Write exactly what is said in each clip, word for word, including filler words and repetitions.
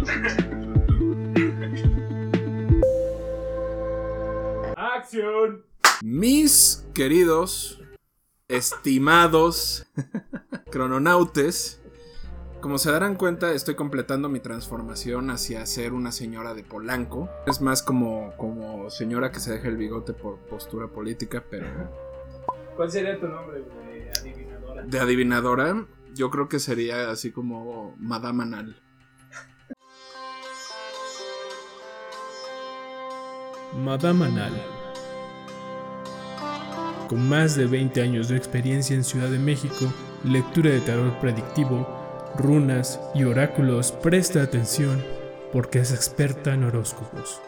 ¡Acción! Mis queridos, estimados crononautes, como se darán cuenta, estoy completando mi transformación hacia ser una señora de Polanco. Es más como, como señora que se deja el bigote por postura política, pero... ¿Cuál sería tu nombre de adivinadora? De adivinadora, yo creo que sería así como Madame Anal. Madame Anal. Con más de veinte años de experiencia en Ciudad de México, lectura de tarot predictivo, runas y oráculos, presta atención porque es experta en horóscopos.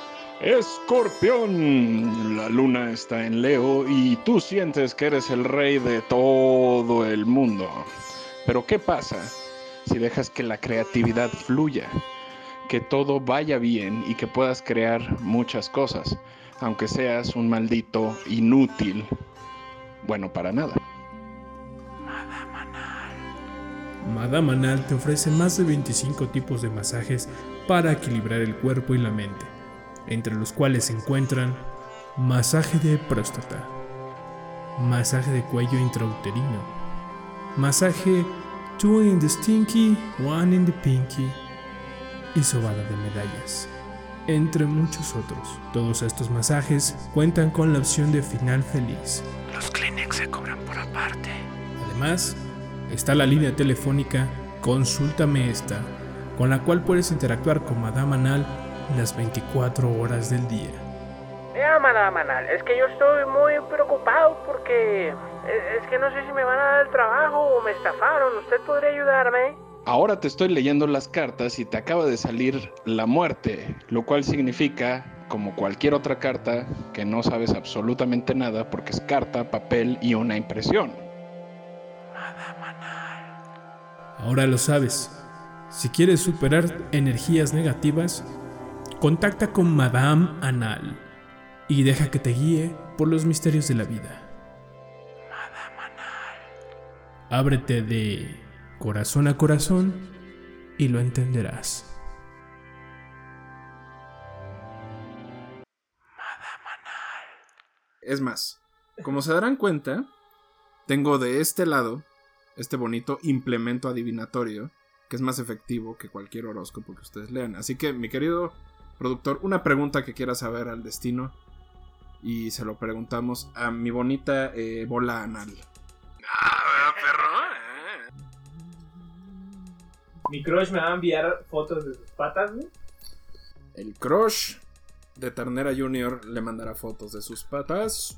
Escorpión, la luna está en Leo y tú sientes que eres el rey de todo el mundo. Pero ¿qué pasa si dejas que la creatividad fluya? Que todo vaya bien y que puedas crear muchas cosas, aunque seas un maldito inútil, bueno para nada. Madame Anal. Madame Anal te ofrece más de veinticinco tipos de masajes para equilibrar el cuerpo y la mente, entre los cuales se encuentran masaje de próstata, masaje de cuello intrauterino, masaje two in the stinky, one in the pinky y sobada de medallas, entre muchos otros. Todos estos masajes cuentan con la opción de final feliz. Los Kleenex se cobran por aparte. Además, está la línea telefónica Consúltame Esta, con la cual puedes interactuar con Madame Anal las veinticuatro horas del día. Vea, Madame Anal, es que yo estoy muy preocupado porque es que no sé si me van a dar el trabajo o me estafaron. ¿Usted podría ayudarme? Ahora te estoy leyendo las cartas y te acaba de salir la muerte, lo cual significa, como cualquier otra carta, que no sabes absolutamente nada porque es carta, papel y una impresión. Madame Anal. Ahora lo sabes. Si quieres superar energías negativas, contacta con Madame Anal y deja que te guíe por los misterios de la vida. Madame Anal. Ábrete de corazón a corazón y lo entenderás. Madame Anal. Es más, como se darán cuenta, tengo de este lado este bonito implemento adivinatorio que es más efectivo que cualquier horóscopo que ustedes lean. Así que, mi querido productor, una pregunta que quiera saber al destino y se lo preguntamos a mi bonita eh, bola anal. Ah, perro. Mi crush me va a enviar fotos de sus patas, güey. El crush de Ternera Junior le mandará fotos de sus patas.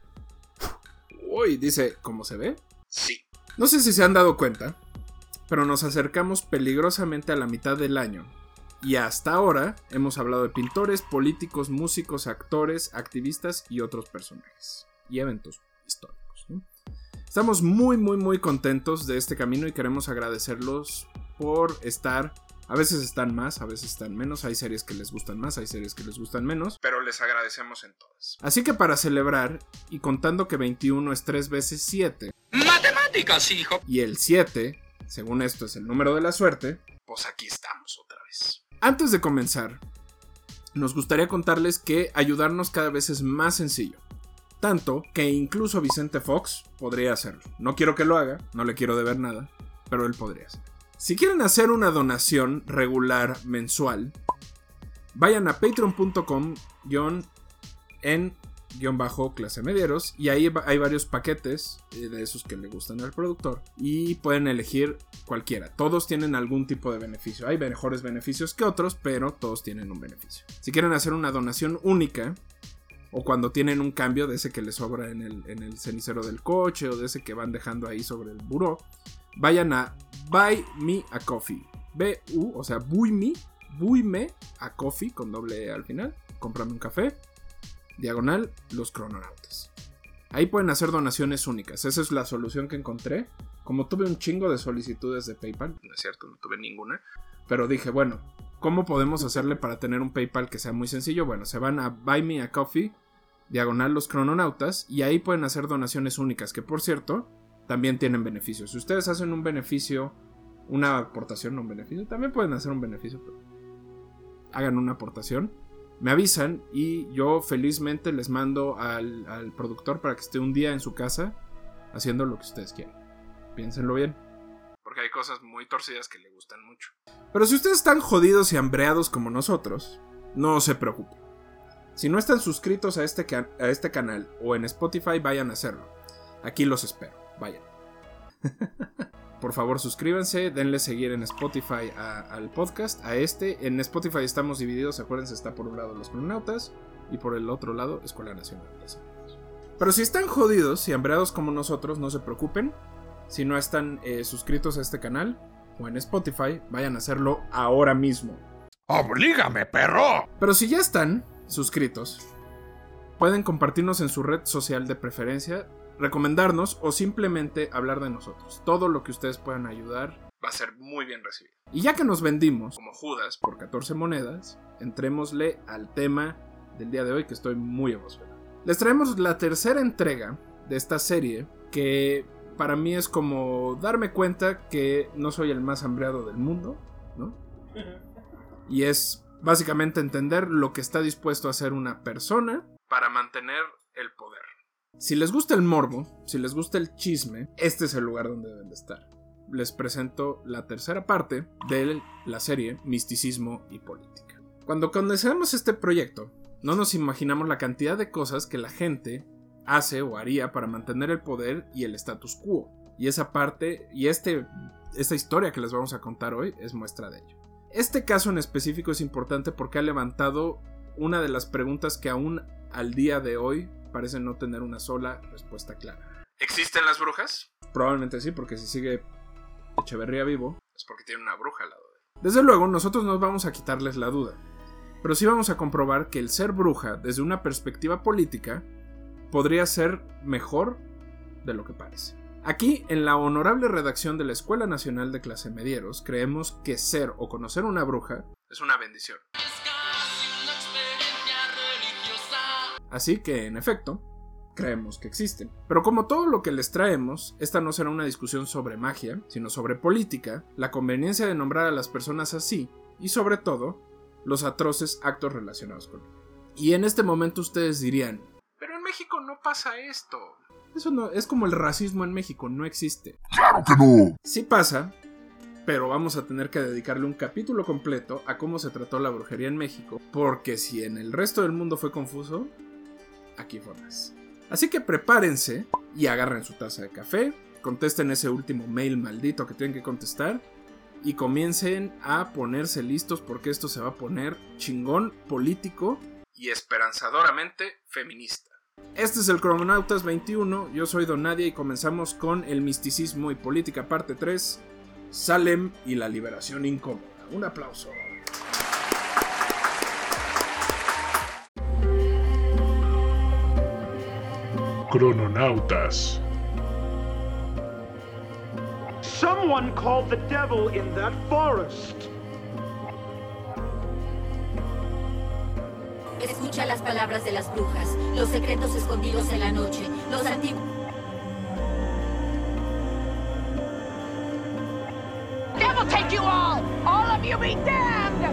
Uy, dice, ¿cómo se ve? Sí. No sé si se han dado cuenta, pero nos acercamos peligrosamente a la mitad del año. Y hasta ahora hemos hablado de pintores, políticos, músicos, actores, activistas y otros personajes. Y eventos históricos, ¿no? Estamos muy, muy, muy contentos de este camino y queremos agradecerlos por estar. A veces están más, a veces están menos. Hay series que les gustan más, hay series que les gustan menos, pero les agradecemos en todas. Así que para celebrar, y contando que veintiuno es tres veces siete, ¡matemáticas, hijo! Y el siete, según esto es el número de la suerte, pues aquí estamos otra vez. Antes de comenzar, nos gustaría contarles que ayudarnos cada vez es más sencillo. Tanto que incluso Vicente Fox podría hacerlo. No quiero que lo haga, no le quiero deber nada, pero él podría hacerlo. Si quieren hacer una donación regular mensual, vayan a patreon punto com en guión bajo clase medieros y ahí hay varios paquetes de esos que le gustan al productor y pueden elegir cualquiera. Todos tienen algún tipo de beneficio. Hay mejores beneficios que otros, pero todos tienen un beneficio. Si quieren hacer una donación única o cuando tienen un cambio de ese que les sobra en el, en el cenicero del coche o de ese que van dejando ahí sobre el buró, vayan a Buy Me a Coffee. B-U, o sea, Buy Me, Buy Me a Coffee con doble E al final. Cómprame un café. Diagonal, los crononautas. Ahí pueden hacer donaciones únicas. Esa es la solución que encontré. Como tuve un chingo de solicitudes de PayPal, no es cierto, no tuve ninguna, pero dije, bueno, ¿cómo podemos hacerle para tener un PayPal que sea muy sencillo? Bueno, se van a Buy Me a Coffee, diagonal los crononautas, y ahí pueden hacer donaciones únicas, que por cierto, también tienen beneficios. Si ustedes hacen un beneficio, una aportación, no un beneficio, también pueden hacer un beneficio, pero hagan una aportación, me avisan y yo felizmente les mando al, al productor para que esté un día en su casa haciendo lo que ustedes quieran. Piénsenlo bien, porque hay cosas muy torcidas que le gustan mucho. Pero si ustedes están jodidos y hambreados como nosotros, no se preocupen. Si no están suscritos a este, can- a este canal o en Spotify, vayan a hacerlo. Aquí los espero, vayan. Por favor, suscríbanse, denle seguir en Spotify a, al podcast, a este. En Spotify estamos divididos, acuérdense, está por un lado Los Crononautas y por el otro lado Escuela Nacional de las Artes. Pero si están jodidos y hambreados como nosotros, no se preocupen. Si no están eh, suscritos a este canal o en Spotify, vayan a hacerlo ahora mismo. ¡Oblígame, perro! Pero si ya están suscritos, pueden compartirnos en su red social de preferencia, recomendarnos o simplemente hablar de nosotros. Todo lo que ustedes puedan ayudar va a ser muy bien recibido. Y ya que nos vendimos como Judas por catorce monedas, entrémosle al tema del día de hoy, que estoy muy emocionado. Les traemos la tercera entrega de esta serie, que para mí es como darme cuenta que no soy el más hambreado del mundo, ¿no? Y es básicamente entender lo que está dispuesto a hacer una persona para mantener el poder. Si les gusta el morbo, si les gusta el chisme, este es el lugar donde deben de estar. Les presento la tercera parte de la serie Misticismo y Política. Cuando comenzamos este proyecto, no nos imaginamos la cantidad de cosas que la gente hace o haría para mantener el poder y el status quo. Y esa parte, y este, esta historia que les vamos a contar hoy es muestra de ello. Este caso en específico es importante porque ha levantado una de las preguntas que aún al día de hoy parece no tener una sola respuesta clara. ¿Existen las brujas? Probablemente sí, porque si sigue Echeverría vivo, es porque tiene una bruja al lado de él. Desde luego, nosotros no vamos a quitarles la duda, pero sí vamos a comprobar que el ser bruja, desde una perspectiva política, podría ser mejor de lo que parece. Aquí, en la honorable redacción de la Escuela Nacional de Clase Medieros, creemos que ser o conocer una bruja es una bendición. Así que, en efecto, creemos que existen. Pero como todo lo que les traemos, esta no será una discusión sobre magia, sino sobre política, la conveniencia de nombrar a las personas así, y sobre todo, los atroces actos relacionados con ella. Y en este momento ustedes dirían, pero en México no pasa esto. Eso no, es como el racismo en México, no existe. ¡Claro que no! Sí pasa, pero vamos a tener que dedicarle un capítulo completo a cómo se trató la brujería en México, porque si en el resto del mundo fue confuso, aquí fue más. Así que prepárense y agarren su taza de café, contesten ese último mail maldito que tienen que contestar y comiencen a ponerse listos porque esto se va a poner chingón, político y esperanzadoramente feminista. Este es el Crononautas veintiuno, yo soy Don Nadia y comenzamos con el misticismo y política parte tres, Salem y la liberación incómoda. Un aplauso. Crononautas. Someone called the devil in that forest. Escucha las palabras de las brujas, los secretos escondidos en la noche, los antiguos... Devil take you all! All of you be damned!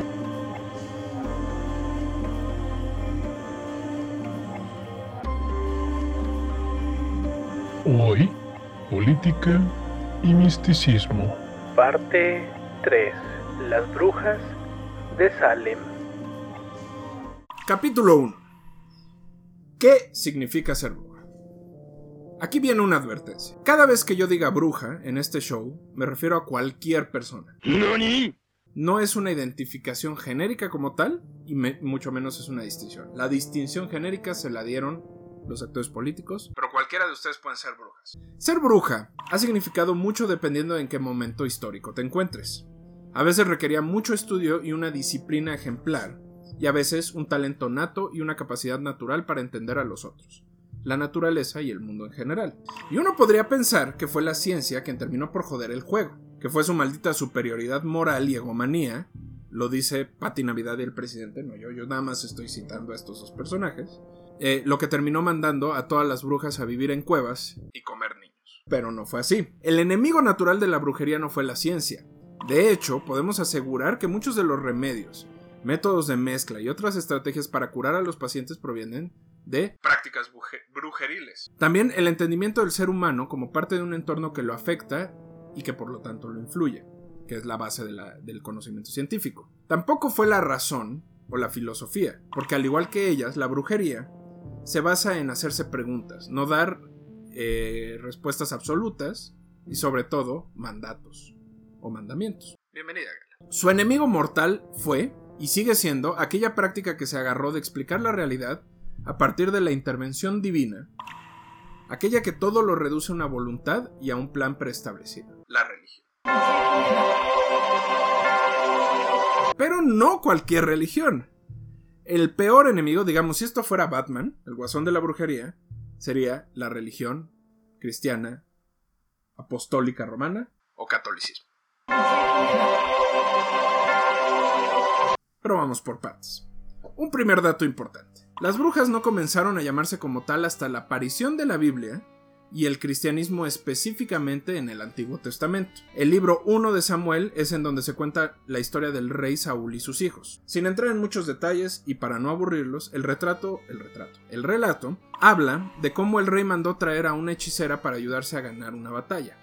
Hoy, política y misticismo. Parte tres. Las brujas de Salem. Capítulo uno. ¿Qué significa ser bruja? Aquí viene una advertencia. Cada vez que yo diga bruja en este show, me refiero a cualquier persona. ¿Nani? No es una identificación genérica como tal, y me, mucho menos es una distinción. La distinción genérica se la dieron los actores políticos, pero cualquiera de ustedes pueden ser brujas. Ser bruja ha significado mucho dependiendo de en qué momento histórico te encuentres. A veces requería mucho estudio y una disciplina ejemplar, y a veces un talento nato y una capacidad natural para entender a los otros, la naturaleza y el mundo en general. Y uno podría pensar que fue la ciencia quien terminó por joder el juego, que fue su maldita superioridad moral y egomanía, lo dice Pati Navidad y el presidente, no yo, yo nada más estoy citando a estos dos personajes, eh, lo que terminó mandando a todas las brujas a vivir en cuevas y comer niños. Pero no fue así. El enemigo natural de la brujería no fue la ciencia. De hecho, podemos asegurar que muchos de los remedios métodos de mezcla y otras estrategias para curar a los pacientes provienen de prácticas brujeriles. También el entendimiento del ser humano como parte de un entorno que lo afecta y que por lo tanto lo influye, que es la base de la, del conocimiento científico. Tampoco fue la razón o la filosofía, porque al igual que ellas, la brujería se basa en hacerse preguntas, no dar eh, respuestas absolutas y sobre todo mandatos o mandamientos. Bienvenida, Gala. Su enemigo mortal fue y sigue siendo aquella práctica que se agarró de explicar la realidad a partir de la intervención divina, aquella que todo lo reduce a una voluntad y a un plan preestablecido, la religión. Pero no cualquier religión. El peor enemigo, digamos, si esto fuera Batman, el guasón de la brujería, sería la religión cristiana, apostólica romana o catolicismo. Pero vamos por partes. Un primer dato importante. Las brujas no comenzaron a llamarse como tal hasta la aparición de la Biblia y el cristianismo específicamente en el Antiguo Testamento. El libro uno de Samuel es en donde se cuenta la historia del rey Saúl y sus hijos. Sin entrar en muchos detalles y para no aburrirlos, el retrato, el retrato, el relato habla de cómo el rey mandó traer a una hechicera para ayudarse a ganar una batalla.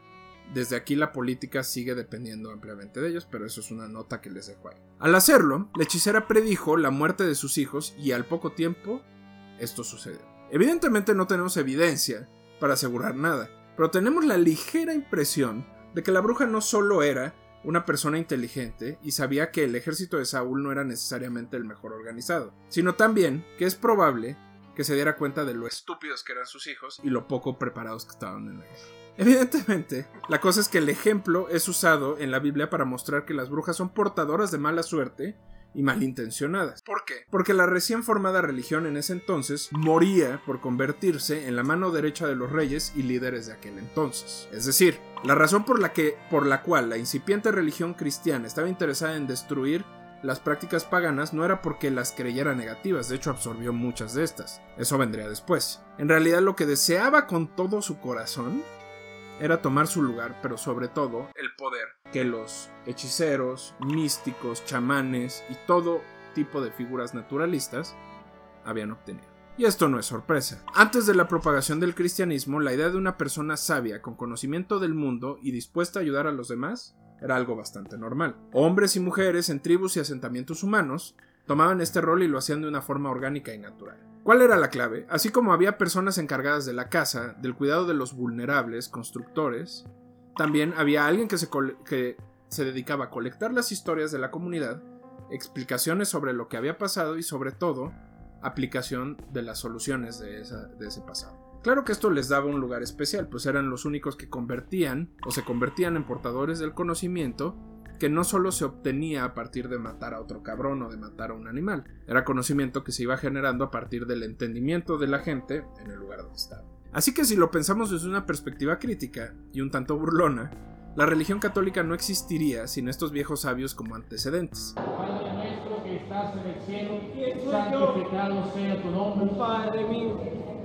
Desde aquí la política sigue dependiendo ampliamente de ellos, pero eso es una nota que les dejo ahí. Al hacerlo, la hechicera predijo la muerte de sus hijos y al poco tiempo esto sucedió. Evidentemente no tenemos evidencia para asegurar nada, pero tenemos la ligera impresión de que la bruja no solo era una persona inteligente y sabía que el ejército de Saúl no era necesariamente el mejor organizado, sino también que es probable que se diera cuenta de lo estúpidos que eran sus hijos y lo poco preparados que estaban en la guerra. Evidentemente, la cosa es que el ejemplo es usado en la Biblia para mostrar que las brujas son portadoras de mala suerte y malintencionadas. ¿Por qué? Porque la recién formada religión en ese entonces moría por convertirse en la mano derecha de los reyes y líderes de aquel entonces. Es decir, la razón por la que, por la cual la incipiente religión cristiana estaba interesada en destruir las prácticas paganas no era porque las creyera negativas, de hecho absorbió muchas de estas. Eso vendría después. En realidad lo que deseaba con todo su corazón era tomar su lugar, pero sobre todo el poder que los hechiceros, místicos, chamanes y todo tipo de figuras naturalistas habían obtenido. Y esto no es sorpresa. Antes de la propagación del cristianismo, la idea de una persona sabia con conocimiento del mundo y dispuesta a ayudar a los demás era algo bastante normal. Hombres y mujeres en tribus y asentamientos humanos tomaban este rol y lo hacían de una forma orgánica y natural. ¿Cuál era la clave? Así como había personas encargadas de la casa, del cuidado de los vulnerables, constructores, también había alguien que se, que se dedicaba a colectar las historias de la comunidad, explicaciones sobre lo que había pasado y sobre todo, aplicación de las soluciones de, esa, de ese pasado. Claro que esto les daba un lugar especial, pues eran los únicos que convertían o se convertían en portadores del conocimiento que no solo se obtenía a partir de matar a otro cabrón o de matar a un animal, era conocimiento que se iba generando a partir del entendimiento de la gente en el lugar donde estaba. Así que si lo pensamos desde una perspectiva crítica y un tanto burlona, la religión católica no existiría sin estos viejos sabios como antecedentes. Padre nuestro que estás en el cielo, santificado sea tu nombre, Padre mío.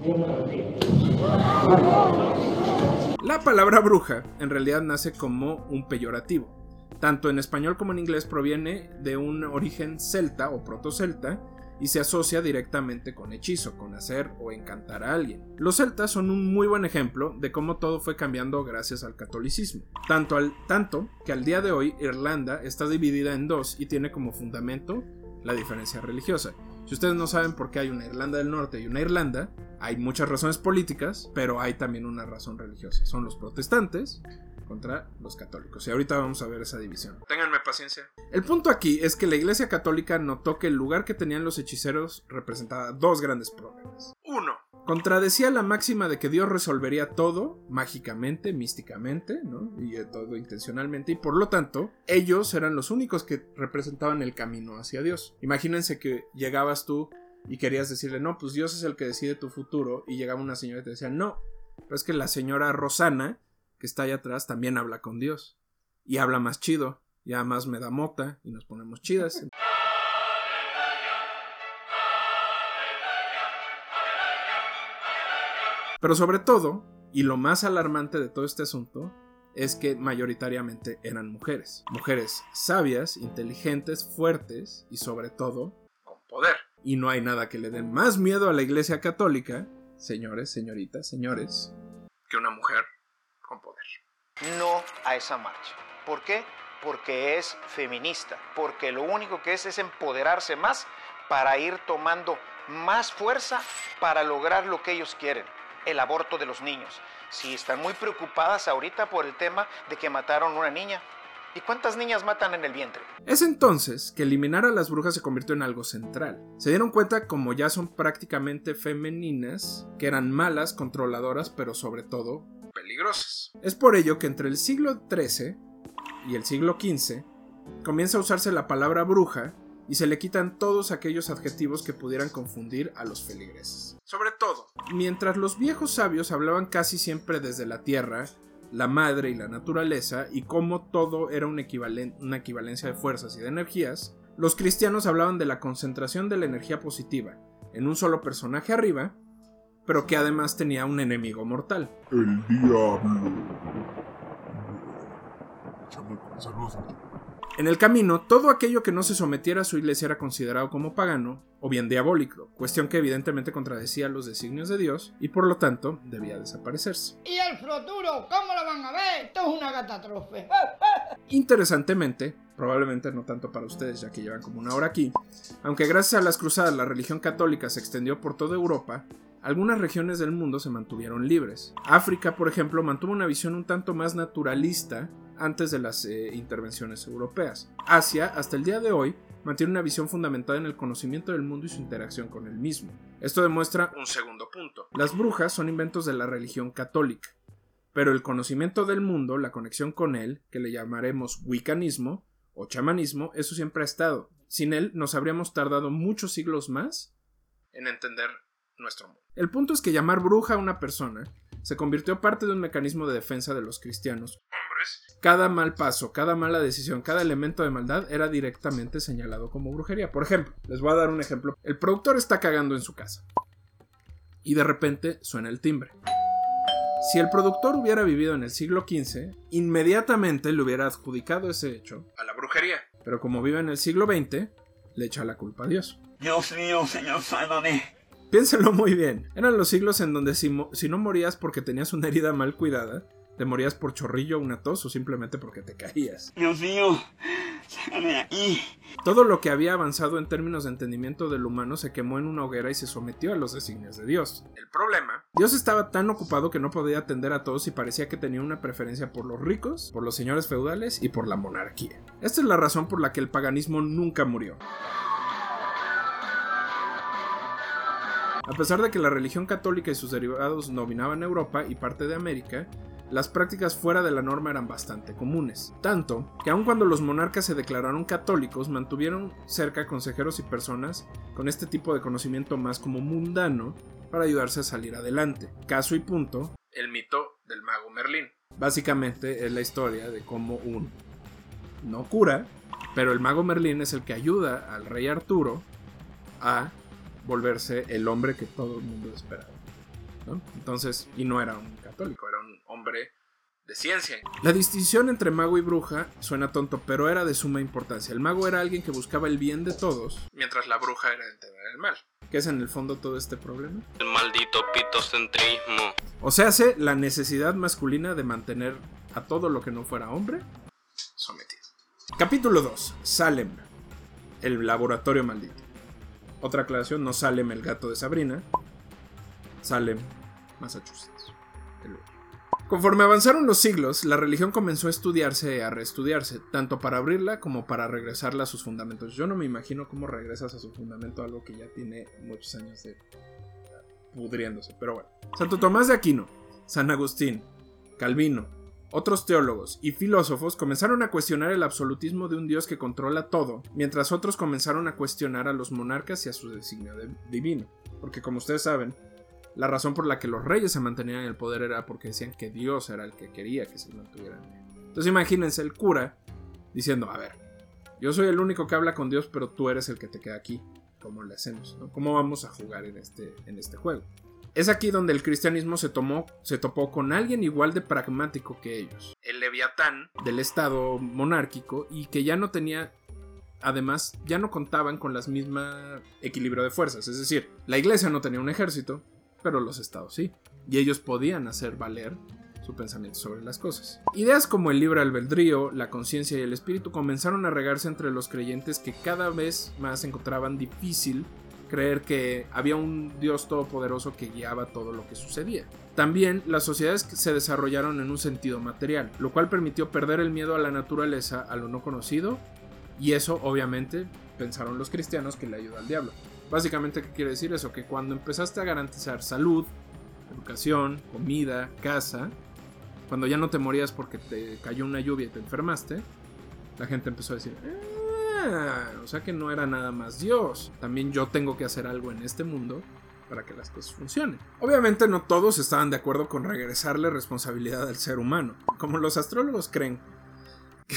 La palabra bruja en realidad nace como un peyorativo. Tanto en español como en inglés proviene de un origen celta o protocelta y se asocia directamente con hechizo, con hacer o encantar a alguien. Los celtas son un muy buen ejemplo de cómo todo fue cambiando gracias al catolicismo. Tanto, al, tanto que al día de hoy Irlanda está dividida en dos y tiene como fundamento la diferencia religiosa. Si ustedes no saben por qué hay una Irlanda del Norte y una Irlanda, hay muchas razones políticas, pero hay también una razón religiosa. Son los protestantes contra los católicos. Y ahorita vamos a ver esa división. Ténganme paciencia. El punto aquí es que la Iglesia Católica notó que el lugar que tenían los hechiceros representaba dos grandes problemas. Uno, contradecía la máxima de que Dios resolvería todo mágicamente, místicamente, ¿no? Y todo intencionalmente, y por lo tanto, ellos eran los únicos que representaban el camino hacia Dios. Imagínense que llegabas tú y querías decirle, no, pues Dios es el que decide tu futuro, y llegaba una señora y te decía, no, pero es que la señora Rosana, que está allá atrás, también habla con Dios. Y habla más chido. Y además me da mota. Y nos ponemos chidas. Pero sobre todo, y lo más alarmante de todo este asunto, es que mayoritariamente eran mujeres. Mujeres sabias, inteligentes, fuertes y sobre todo con poder. Y no hay nada que le den más miedo a la Iglesia Católica, señores, señoritas, señores, que una mujer con poder. No a esa marcha. ¿Por qué? Porque es feminista. Porque lo único que es es empoderarse más para ir tomando más fuerza para lograr lo que ellos quieren, el aborto de los niños. Sí, están muy preocupadas ahorita por el tema de que mataron a una niña. ¿Y cuántas niñas matan en el vientre? Es entonces que eliminar a las brujas se convirtió en algo central. Se dieron cuenta, como ya son prácticamente femeninas, que eran malas, controladoras, pero sobre todo peligrosas. Es por ello que entre el siglo trece y el siglo quince comienza a usarse la palabra bruja y se le quitan todos aquellos adjetivos que pudieran confundir a los feligreses. Sobre todo, mientras los viejos sabios hablaban casi siempre desde la tierra, la madre y la naturaleza, y cómo todo era un equivalen- una equivalencia de fuerzas y de energías, los cristianos hablaban de la concentración de la energía positiva en un solo personaje arriba, pero que además tenía un enemigo mortal. El diablo. Saludos. En el camino, todo aquello que no se sometiera a su iglesia era considerado como pagano o bien diabólico, cuestión que evidentemente contradecía los designios de Dios y por lo tanto debía desaparecerse. ¿Y el futuro? ¿Cómo lo van a ver? Esto es una catástrofe. Interesantemente, probablemente no tanto para ustedes ya que llevan como una hora aquí, aunque gracias a las cruzadas la religión católica se extendió por toda Europa, algunas regiones del mundo se mantuvieron libres. África, por ejemplo, mantuvo una visión un tanto más naturalista antes de las eh, intervenciones europeas. Asia, hasta el día de hoy, mantiene una visión fundamentada en el conocimiento del mundo y su interacción con el mismo. Esto demuestra un segundo punto. Las brujas son inventos de la religión católica, pero el conocimiento del mundo, la conexión con él, que le llamaremos wiccanismo o chamanismo, eso siempre ha estado. Sin él nos habríamos tardado muchos siglos más en entender nuestro mundo. El punto es que llamar bruja a una persona se convirtió parte de un mecanismo de defensa de los cristianos. Cada mal paso, cada mala decisión, cada elemento de maldad era directamente señalado como brujería. Por ejemplo, les voy a dar un ejemplo. El productor está cagando en su casa y de repente suena el timbre. Si el productor hubiera vivido en el siglo quince, inmediatamente le hubiera adjudicado ese hecho a la brujería. Pero como vive en el siglo veinte, le echa la culpa a Dios. Dios mío, Señor, sálvame. Piénsenlo muy bien. Eran los siglos en donde si, mo- si no morías porque tenías una herida mal cuidada, te morías por chorrillo, una tos o simplemente porque te caías. Dios mío, sácame de aquí. Todo lo que había avanzado en términos de entendimiento del humano se quemó en una hoguera y se sometió a los designios de Dios. El problema, Dios estaba tan ocupado que no podía atender a todos y parecía que tenía una preferencia por los ricos, por los señores feudales y por la monarquía. Esta es la razón por la que el paganismo nunca murió. A pesar de que la religión católica y sus derivados dominaban Europa y parte de América, las prácticas fuera de la norma eran bastante comunes. Tanto que aun cuando los monarcas se declararon católicos, mantuvieron cerca consejeros y personas con este tipo de conocimiento más como mundano para ayudarse a salir adelante. Caso y punto, el mito del mago Merlín. Básicamente es la historia de cómo un no cura, pero el mago Merlín es el que ayuda al rey Arturo a volverse el hombre que todo el mundo esperaba, ¿no? Entonces, y no era un católico, era un hombre de ciencia. La distinción entre mago y bruja suena tonto, pero era de suma importancia. El mago era alguien que buscaba el bien de todos, mientras la bruja era entender el mal. ¿Qué es en el fondo todo este problema? El maldito pitocentrismo. O sea, hace la necesidad masculina de mantener a todo lo que no fuera hombre sometido. Capítulo dos. Salem, el laboratorio maldito. Otra aclaración, no Salem el gato de Sabrina, Salem, Massachusetts. Conforme avanzaron los siglos, la religión comenzó a estudiarse y a reestudiarse, tanto para abrirla como para regresarla a sus fundamentos. Yo no me imagino cómo regresas a su fundamento algo que ya tiene muchos años de pudriéndose, pero bueno. Santo Tomás de Aquino, San Agustín, Calvino, otros teólogos y filósofos comenzaron a cuestionar el absolutismo de un Dios que controla todo, mientras otros comenzaron a cuestionar a los monarcas y a su designio de- divino. Porque como ustedes saben, la razón por la que los reyes se mantenían en el poder era porque decían que Dios era el que quería que se mantuvieran. Entonces imagínense el cura diciendo, a ver, yo soy el único que habla con Dios, pero tú eres el que te queda aquí. ¿Cómo le hacemos? ¿No? ¿Cómo vamos a jugar en este, en este juego? Es aquí donde el cristianismo se, tomó, se topó con alguien igual de pragmático que ellos, el Leviatán del estado monárquico, y que ya no tenía, además, ya no contaban con las mismas equilibrio de fuerzas. Es decir, la iglesia no tenía un ejército, pero los estados sí, y ellos podían hacer valer su pensamiento sobre las cosas. Ideas como el libre albedrío, la conciencia y el espíritu comenzaron a regarse entre los creyentes, que cada vez más encontraban difícil creer que había un Dios todopoderoso que guiaba todo lo que sucedía. También las sociedades se desarrollaron en un sentido material, lo cual permitió perder el miedo a la naturaleza, a lo no conocido, y eso obviamente pensaron los cristianos que le ayuda al diablo. Básicamente, ¿qué quiere decir eso? Que cuando empezaste a garantizar salud, educación, comida, casa, cuando ya no te morías porque te cayó una lluvia y te enfermaste, la gente empezó a decir, ah, o sea que no era nada más Dios, también yo tengo que hacer algo en este mundo para que las cosas funcionen. Obviamente no todos estaban de acuerdo con regresarle responsabilidad al ser humano, como los astrólogos creen que...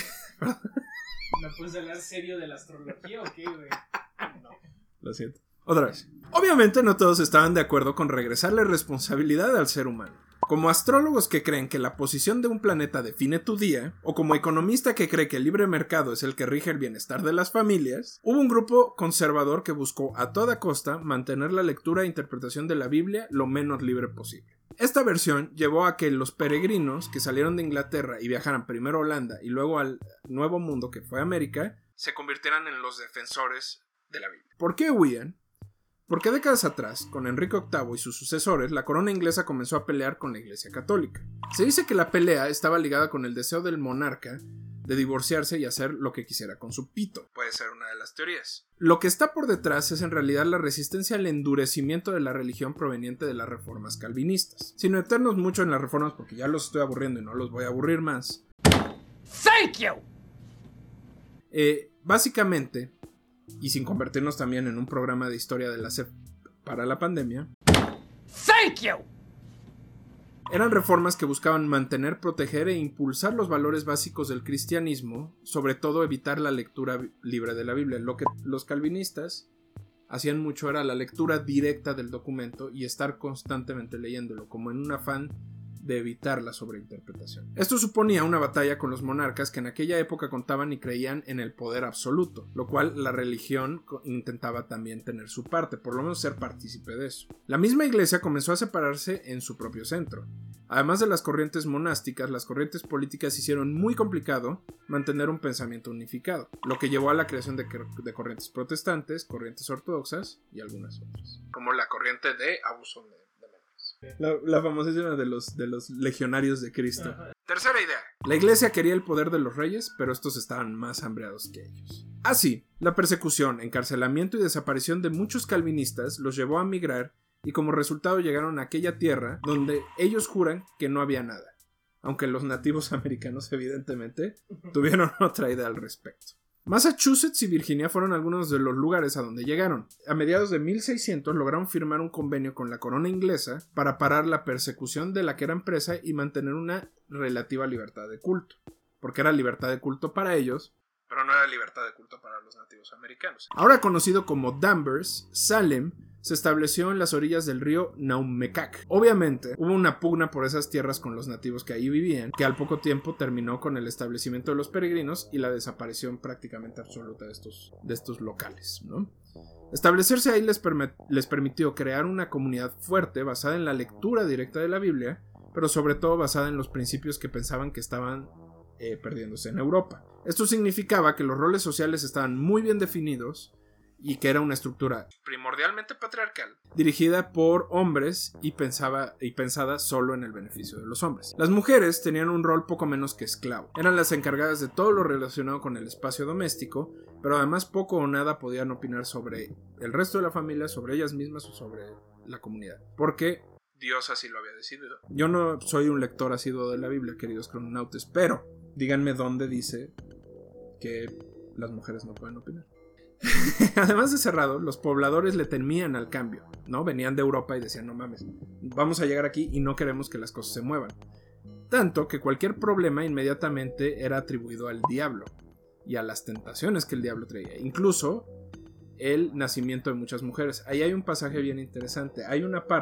¿Me puedes hablar serio de la astrología o qué, güey? No. Lo siento. Otra vez. Obviamente no todos estaban de acuerdo con regresarle responsabilidad al ser humano. Como astrólogos que creen que la posición de un planeta define tu día, o como economista que cree que el libre mercado es el que rige el bienestar de las familias, hubo un grupo conservador que buscó a toda costa mantener la lectura e interpretación de la Biblia lo menos libre posible. Esta versión llevó a que los peregrinos que salieron de Inglaterra y viajaran primero a Holanda y luego al Nuevo Mundo, que fue América, se convirtieran en los defensores de la Biblia. ¿Por qué huían? Porque décadas atrás, con Enrique octavo y sus sucesores, la corona inglesa comenzó a pelear con la Iglesia Católica. Se dice que la pelea estaba ligada con el deseo del monarca de divorciarse y hacer lo que quisiera con su pito. Puede ser una de las teorías. Lo que está por detrás es en realidad la resistencia al endurecimiento de la religión proveniente de las reformas calvinistas. Sin meternos mucho en las reformas porque ya los estoy aburriendo y no los voy a aburrir más. Thank you. Eh, básicamente, y sin convertirnos también en un programa de historia de la C E P para la pandemia, Thank you. Eran reformas que buscaban mantener, proteger e impulsar los valores básicos del cristianismo, sobre todo evitar la lectura libre de la Biblia. Lo que los calvinistas hacían mucho era la lectura directa del documento y estar constantemente leyéndolo, como en un afán de evitar la sobreinterpretación. Esto suponía una batalla con los monarcas que en aquella época contaban y creían en el poder absoluto, lo cual la religión intentaba también tener su parte, por lo menos ser partícipe de eso. La misma iglesia comenzó a separarse en su propio centro. Además de las corrientes monásticas, las corrientes políticas hicieron muy complicado mantener un pensamiento unificado, lo que llevó a la creación de, de corrientes protestantes, corrientes ortodoxas y algunas otras, como la corriente de abuso de La, la famosísima de los, de los legionarios de Cristo. Ajá. Tercera idea. La iglesia quería el poder de los reyes, pero estos estaban más hambreados que ellos. Así, la persecución, encarcelamiento y desaparición de muchos calvinistas los llevó a migrar y como resultado llegaron a aquella tierra donde ellos juran que no había nada. Aunque los nativos americanos evidentemente tuvieron otra idea al respecto. Massachusetts y Virginia fueron algunos de los lugares a donde llegaron. A mediados de mil seiscientos lograron firmar un convenio con la corona inglesa para parar la persecución de la que eran presa y mantener una relativa libertad de culto. Porque era libertad de culto para ellos, pero no era libertad de culto para los nativos americanos. Ahora conocido como Danvers, Salem se estableció en las orillas del río Naumecac. Obviamente, hubo una pugna por esas tierras con los nativos que ahí vivían, que al poco tiempo terminó con el establecimiento de los peregrinos y la desaparición prácticamente absoluta de estos, de estos locales, ¿no? Establecerse ahí les, perm- les permitió crear una comunidad fuerte basada en la lectura directa de la Biblia, pero sobre todo basada en los principios que pensaban que estaban eh, perdiéndose en Europa. Esto significaba que los roles sociales estaban muy bien definidos y que era una estructura primordialmente patriarcal, dirigida por hombres y, pensaba, y pensada solo en el beneficio de los hombres. Las mujeres tenían un rol poco menos que esclavo. Eran las encargadas de todo lo relacionado con el espacio doméstico, pero además poco o nada podían opinar sobre el resto de la familia, sobre ellas mismas o sobre la comunidad. Porque Dios así lo había decidido. Yo no soy un lector asiduo de la Biblia, queridos crononautas, pero díganme dónde dice que las mujeres no pueden opinar. Además de cerrado, los pobladores le temían al cambio, ¿no? Venían de Europa y decían, no mames, vamos a llegar aquí y no queremos que las cosas se muevan. Tanto que cualquier problema inmediatamente era atribuido al diablo y a las tentaciones que el diablo traía. Incluso el nacimiento de muchas mujeres. Ahí hay un pasaje bien interesante. Hay una parte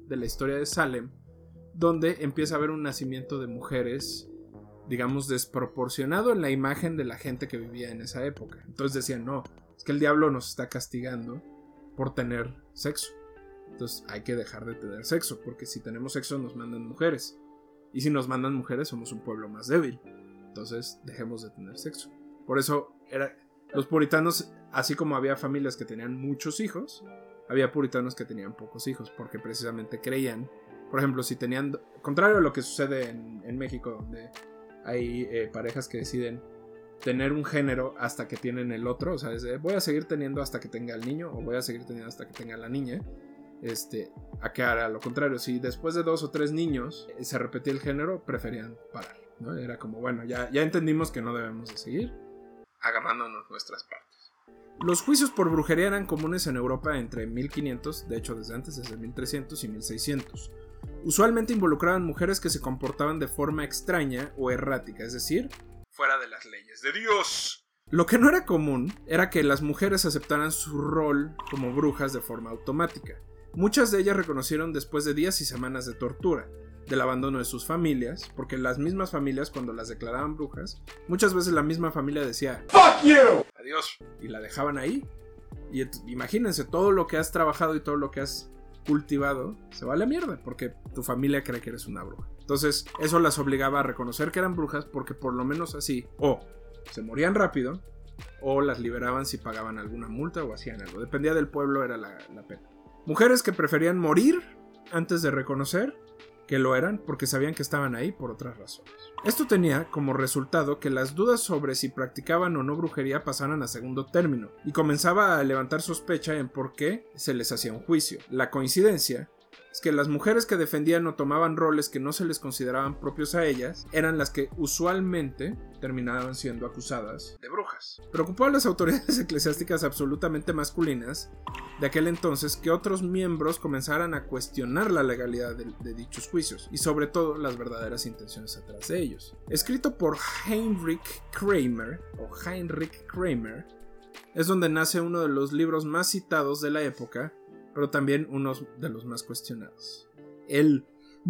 de la historia de Salem, donde empieza a haber un nacimiento de mujeres, digamos, desproporcionado en la imagen de la gente que vivía en esa época. Entonces decían, no, es que el diablo nos está castigando por tener sexo. Entonces hay que dejar de tener sexo, porque si tenemos sexo nos mandan mujeres. Y si nos mandan mujeres somos un pueblo más débil. Entonces dejemos de tener sexo. Por eso era, los puritanos, así como había familias que tenían muchos hijos, había puritanos que tenían pocos hijos, porque precisamente creían, por ejemplo, si tenían, contrario a lo que sucede en, en México, donde hay eh, parejas que deciden tener un género hasta que tienen el otro, o sea, es de, voy a seguir teniendo hasta que tenga el niño, o voy a seguir teniendo hasta que tenga la niña. Este, acá era lo contrario, si después de dos o tres niños eh, se repetía el género, preferían parar, ¿no? Era como, bueno, ya, ya entendimos que no debemos de seguir, hagámonos nuestras partes. Los juicios por brujería eran comunes en Europa entre mil quinientos, de hecho desde antes, desde mil trescientos y mil seiscientos. Usualmente involucraban mujeres que se comportaban de forma extraña o errática, es decir, fuera de las leyes de Dios. Lo que no era común era que las mujeres aceptaran su rol como brujas de forma automática. Muchas de ellas reconocieron después de días y semanas de tortura, del abandono de sus familias, porque las mismas familias, cuando las declaraban brujas, muchas veces la misma familia decía ¡Fuck you! Adiós, y la dejaban ahí. Y imagínense, todo lo que has trabajado y todo lo que has cultivado se va a la mierda, porque tu familia cree que eres una bruja. Entonces eso las obligaba a reconocer que eran brujas, porque por lo menos así, o se morían rápido, o las liberaban si pagaban alguna multa o hacían algo. Dependía del pueblo, era la, la pena. Mujeres que preferían morir antes de reconocer que lo eran, porque sabían que estaban ahí por otras razones. Esto tenía como resultado que las dudas sobre si practicaban o no brujería pasaran a segundo término, y comenzaba a levantar sospecha en por qué se les hacía un juicio. La coincidencia es que las mujeres que defendían o tomaban roles que no se les consideraban propios a ellas eran las que usualmente terminaban siendo acusadas de brujas. Preocupó a las autoridades eclesiásticas absolutamente masculinas de aquel entonces que otros miembros comenzaran a cuestionar la legalidad de, de dichos juicios y sobre todo las verdaderas intenciones atrás de ellos. Escrito por Heinrich Kramer o Heinrich Kramer, es donde nace uno de los libros más citados de la época, pero también uno de los más cuestionados. El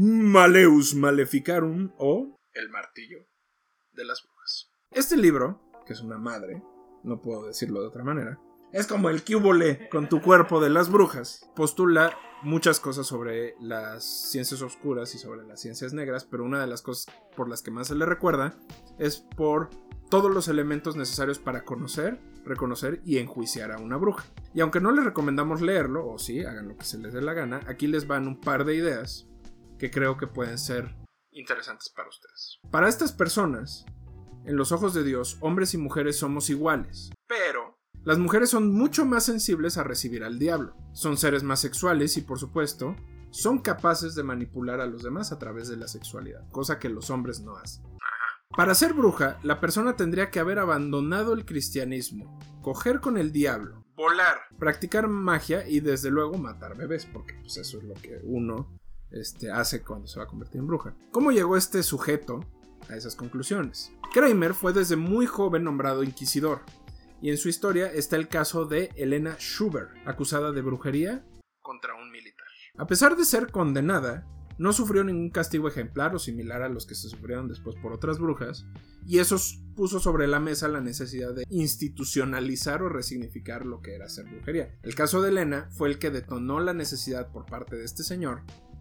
Maleus Maleficarum o El Martillo de las Brujas. Este libro, que es una madre, no puedo decirlo de otra manera, es como el cúbole con tu cuerpo de las brujas. Postula muchas cosas sobre las ciencias oscuras y sobre las ciencias negras, pero una de las cosas por las que más se le recuerda es por todos los elementos necesarios para conocer, reconocer y enjuiciar a una bruja. Y aunque no les recomendamos leerlo, o sí, hagan lo que se les dé la gana, aquí les van un par de ideas que creo que pueden ser interesantes para ustedes. Para estas personas, en los ojos de Dios, hombres y mujeres somos iguales, pero las mujeres son mucho más sensibles a recibir al diablo. Son seres más sexuales y, por supuesto, son capaces de manipular a los demás a través de la sexualidad, cosa que los hombres no hacen. Para ser bruja, la persona tendría que haber abandonado el cristianismo, coger con el diablo, volar, practicar magia y desde luego matar bebés, porque pues, eso es lo que uno este, hace cuando se va a convertir en bruja. ¿Cómo llegó este sujeto a esas conclusiones? Kramer fue desde muy joven nombrado inquisidor, y en su historia está el caso de Elena Schubert, acusada de brujería contra un militar. A pesar de ser condenada, no sufrió ningún castigo ejemplar o similar a los que se sufrieron después por otras brujas, y eso puso sobre la mesa la necesidad de institucionalizar o resignificar lo que era hacer brujería. El caso de Elena fue el que detonó la necesidad por parte de este señor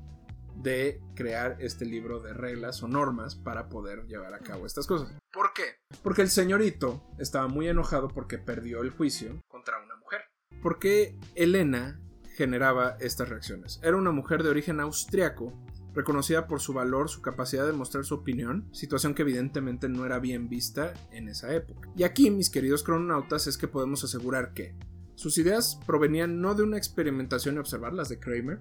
de crear este libro de reglas o normas para poder llevar a cabo estas cosas. ¿Por qué? Porque el señorito estaba muy enojado porque perdió el juicio contra una mujer. ¿Por qué Elena generaba estas reacciones? Era una mujer de origen austriaco, reconocida por su valor, su capacidad de mostrar su opinión, situación que evidentemente no era bien vista en esa época. Y aquí, mis queridos crononautas, es que podemos asegurar que sus ideas provenían no de una experimentación y observarlas de Kramer,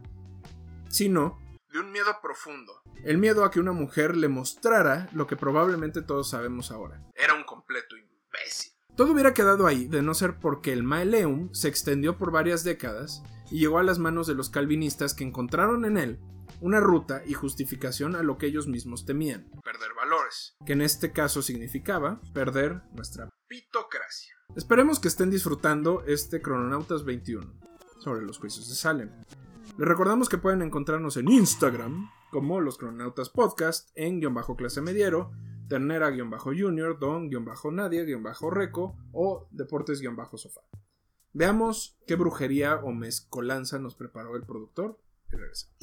sino de un miedo profundo. El miedo a que una mujer le mostrara lo que probablemente todos sabemos ahora. Era un completo imbécil. Todo hubiera quedado ahí de no ser porque el Maleum se extendió por varias décadas y llegó a las manos de los calvinistas que encontraron en él una ruta y justificación a lo que ellos mismos temían: perder valores, que en este caso significaba perder nuestra pitocracia. Esperemos que estén disfrutando este Crononautas veintiuno sobre los juicios de Salem. Les recordamos que pueden encontrarnos en Instagram como Los Crononautas Podcast, en guión bajo clase mediero, Ternera guión bajo junior, Don guión bajo Nadia guión bajo Reco o Deportes guión bajo Sofá. Veamos qué brujería o mezcolanza nos preparó el productor y regresamos.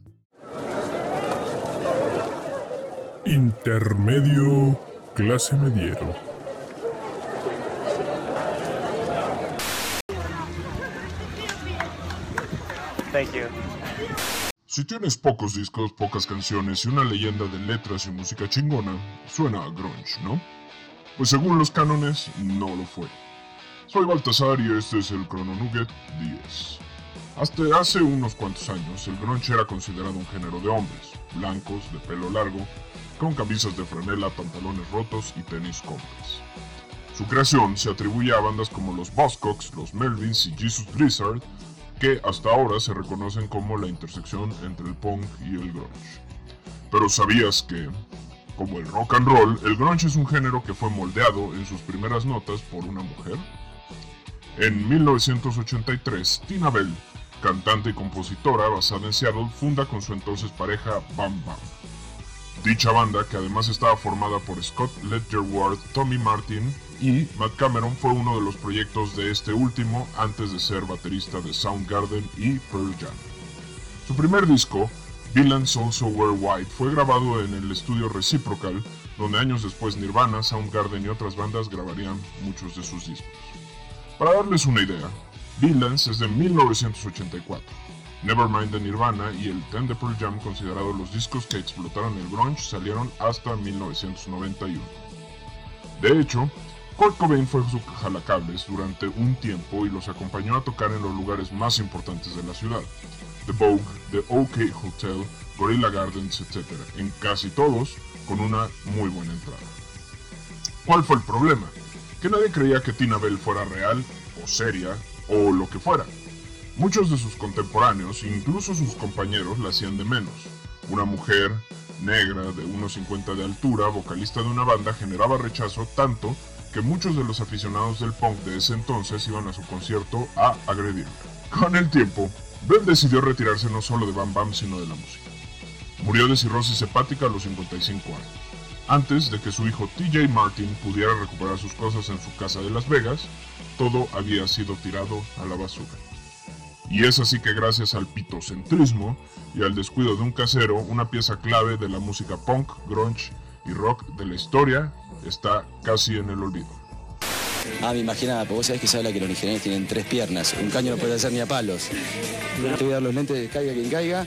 Intermedio clase mediero. Thank you. Si tienes pocos discos, pocas canciones y una leyenda de letras y música chingona, suena a grunge, ¿no? Pues según los cánones, no lo fue. Soy Baltasar y este es el Crononugget diez. Hasta hace unos cuantos años, el grunge era considerado un género de hombres, blancos, de pelo largo, con camisas de franela, pantalones rotos y tenis Converse. Su creación se atribuye a bandas como los Buzzcocks, los Melvins y Jesus Grizzard, que hasta ahora se reconocen como la intersección entre el punk y el grunge. Pero ¿sabías que, como el rock and roll, el grunge es un género que fue moldeado en sus primeras notas por una mujer? En mil novecientos ochenta y tres, Tina Bell, cantante y compositora basada en Seattle, funda con su entonces pareja Bam Bam. Dicha banda, que además estaba formada por Scott Ledger-Ward, Tommy Martin y Matt Cameron, fue uno de los proyectos de este último antes de ser baterista de Soundgarden y Pearl Jam. Su primer disco, Villains Also Wear White, fue grabado en el estudio Reciprocal, donde años después Nirvana, Soundgarden y otras bandas grabarían muchos de sus discos. Para darles una idea, Villains es de mil novecientos ochenta y cuatro. Nevermind de Nirvana y el Ten de Pearl Jam, considerados los discos que explotaron el grunge, salieron hasta mil novecientos noventa y uno. De hecho, Kurt Cobain fue su jalacables durante un tiempo y los acompañó a tocar en los lugares más importantes de la ciudad: The Vogue, The OK Hotel, Gorilla Gardens, etcétera, en casi todos con una muy buena entrada. ¿Cuál fue el problema? Que nadie creía que Tina Bell fuera real, o seria, o lo que fuera. Muchos de sus contemporáneos, incluso sus compañeros, la hacían de menos. Una mujer negra de uno cincuenta de altura, vocalista de una banda, generaba rechazo tanto que muchos de los aficionados del punk de ese entonces iban a su concierto a agredirla. Con el tiempo, Bell decidió retirarse no solo de Bam Bam, sino de la música. Murió de cirrosis hepática a los cincuenta y cinco años, antes de que su hijo T J Martin pudiera recuperar sus cosas en su casa de Las Vegas. Todo había sido tirado a la basura. Y es así que gracias al pitocentrismo y al descuido de un casero, una pieza clave de la música punk, grunge y rock de la historia está casi en el olvido. Ah, me imaginaba, porque vos sabés que se habla que los originales tienen tres piernas. Un caño no puede hacer ni a palos. Te voy a dar los lentes de caiga quien caiga.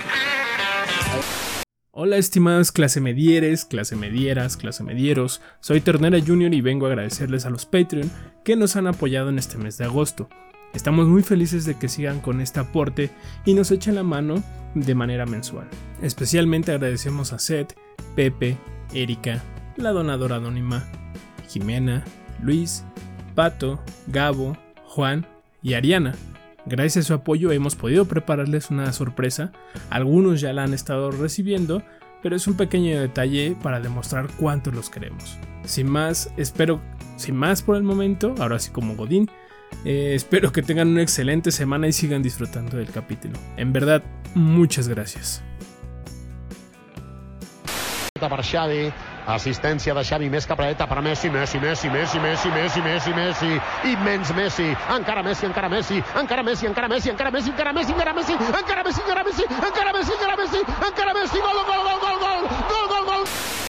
Hola estimadas clase medieres, clase medieras, clase medieros. Soy Ternera Junior y vengo a agradecerles a los Patreon que nos han apoyado en este mes de agosto. Estamos muy felices de que sigan con este aporte y nos echen la mano de manera mensual. Especialmente agradecemos a Seth, Pepe, Erika, la donadora anónima, Jimena, Luis, Pato, Gabo, Juan y Ariana. Gracias a su apoyo hemos podido prepararles una sorpresa. Algunos ya la han estado recibiendo, pero es un pequeño detalle para demostrar cuánto los queremos. Sin más, espero, sin más por el momento, ahora sí como Godín, Eh, espero que tengan una excelente semana y sigan disfrutando del capítulo. En verdad, muchas gracias. Per Xavi, assistència de Xavi més capradeta per Messi, Messi, Messi, Messi, Messi, Messi, Messi, Messi, immens Messi, encara Messi, encara Messi, encara Messi, encara Messi, encara Messi, encara Messi, encara Messi, encara Messi, encara Messi, encara Messi, encara Messi, encara Messi, gol, gol, gol, gol, gol, gol, gol, gol.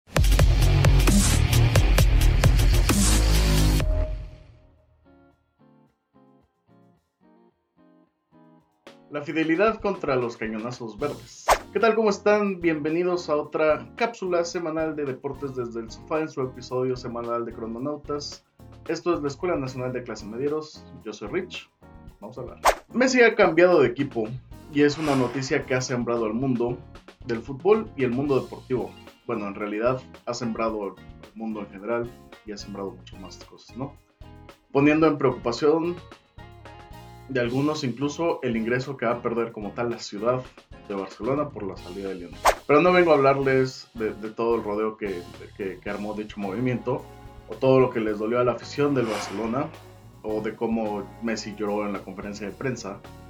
La fidelidad contra los cañonazos verdes. ¿Qué tal? ¿Cómo están? Bienvenidos a otra cápsula semanal de Deportes desde el Sofá en su episodio semanal de Crononautas. Esto es la Escuela Nacional de Clase Medieros. Yo soy Rich. Vamos a hablar. Messi ha cambiado de equipo y es una noticia que ha sembrado al mundo del fútbol y el mundo deportivo. Bueno, en realidad ha sembrado el mundo en general y ha sembrado mucho más cosas, ¿no? Poniendo en preocupación de algunos incluso el ingreso que va a perder como tal la ciudad de Barcelona por la salida de Lionel. Pero no vengo a hablarles de, de todo el rodeo que, que, que armó dicho movimiento, o todo lo que les dolió a la afición del Barcelona, o de cómo Messi lloró en la conferencia de prensa.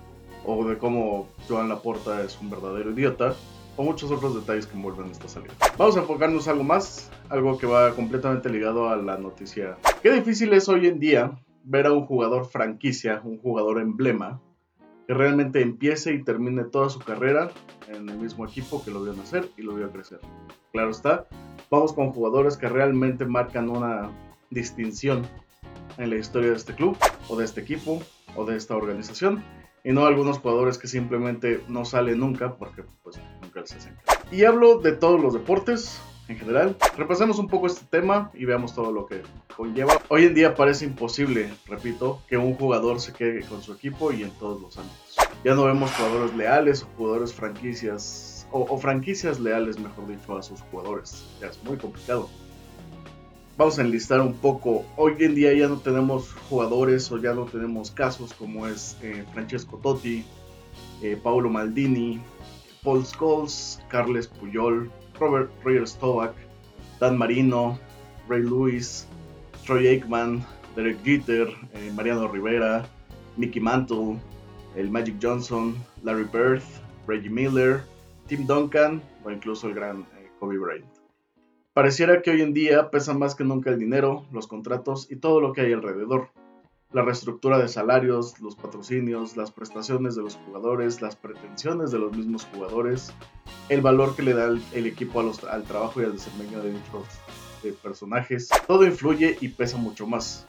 o de cómo Joan Laporta es un verdadero idiota, o muchos otros detalles que envuelven esta salida. Vamos a enfocarnos en algo más, algo que va completamente ligado a la noticia. Qué difícil es hoy en día ver a un jugador franquicia, un jugador emblema, que realmente empiece y termine toda su carrera en el mismo equipo que lo vio nacer y lo vio crecer. Claro está, vamos con jugadores que realmente marcan una distinción en la historia de este club, o de este equipo, o de esta organización, y no algunos jugadores que simplemente no salen nunca porque pues nunca les hacen caso. Y hablo de todos los deportes en general. Repasemos un poco este tema y veamos todo lo que conlleva. Hoy en día parece imposible, repito, que un jugador se quede con su equipo y en todos los ámbitos. Ya no vemos jugadores leales o jugadores franquicias, o, o franquicias leales, mejor dicho, a sus jugadores. Ya es muy complicado. Vamos a enlistar un poco. Hoy en día ya no tenemos jugadores o ya no tenemos casos como es eh, Francesco Totti, eh, Paolo Maldini, Paul Scholes, Carles Puyol, Robert Roger Staubach, Dan Marino, Ray Lewis, Troy Aikman, Derek Jeter, eh, Mariano Rivera, Mickey Mantle, el Magic Johnson, Larry Bird, Reggie Miller, Tim Duncan o incluso el gran eh, Kobe Bryant. Pareciera que hoy en día pesa más que nunca el dinero, los contratos y todo lo que hay alrededor. La reestructura de salarios, los patrocinios, las prestaciones de los jugadores, las pretensiones de los mismos jugadores, el valor que le da el, el equipo a los, al trabajo y al desempeño de dichos de personajes. Todo influye y pesa mucho más.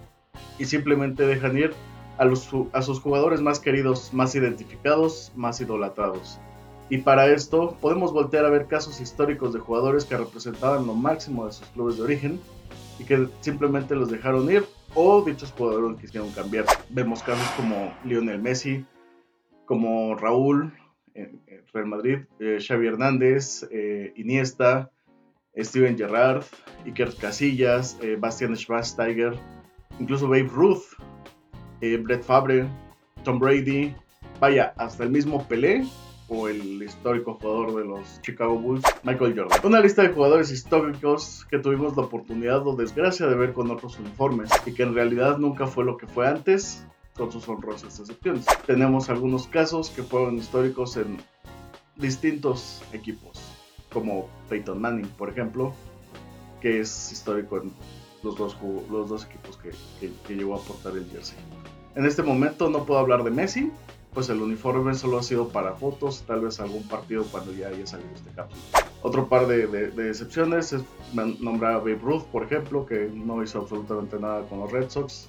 Y simplemente dejan ir a, los, a sus jugadores más queridos, más identificados, más idolatrados. Y para esto podemos voltear a ver casos históricos de jugadores que representaban lo máximo de sus clubes de origen y que simplemente los dejaron ir o dichos jugadores quisieron cambiar. Vemos casos como Lionel Messi, como Raúl en Real Madrid, eh, Xavi Hernández, eh, Iniesta, Steven Gerrard, Iker Casillas, eh, Bastian Schweinsteiger, incluso Babe Ruth, eh, Brett Favre, Tom Brady, vaya, hasta el mismo Pelé o el histórico jugador de los Chicago Bulls, Michael Jordan. Una lista de jugadores históricos que tuvimos la oportunidad o desgracia de ver con otros uniformes y que en realidad nunca fue lo que fue antes, con sus honrosas excepciones. Tenemos algunos casos que fueron históricos en distintos equipos, como Peyton Manning, por ejemplo, que es histórico en los dos, los dos equipos que, que, que llegó a portar el jersey. En este momento no puedo hablar de Messi, pues el uniforme solo ha sido para fotos, tal vez algún partido cuando ya haya salido este cápsula. Otro par de, de, de excepciones es nombrar a Babe Ruth, por ejemplo, que no hizo absolutamente nada con los Red Sox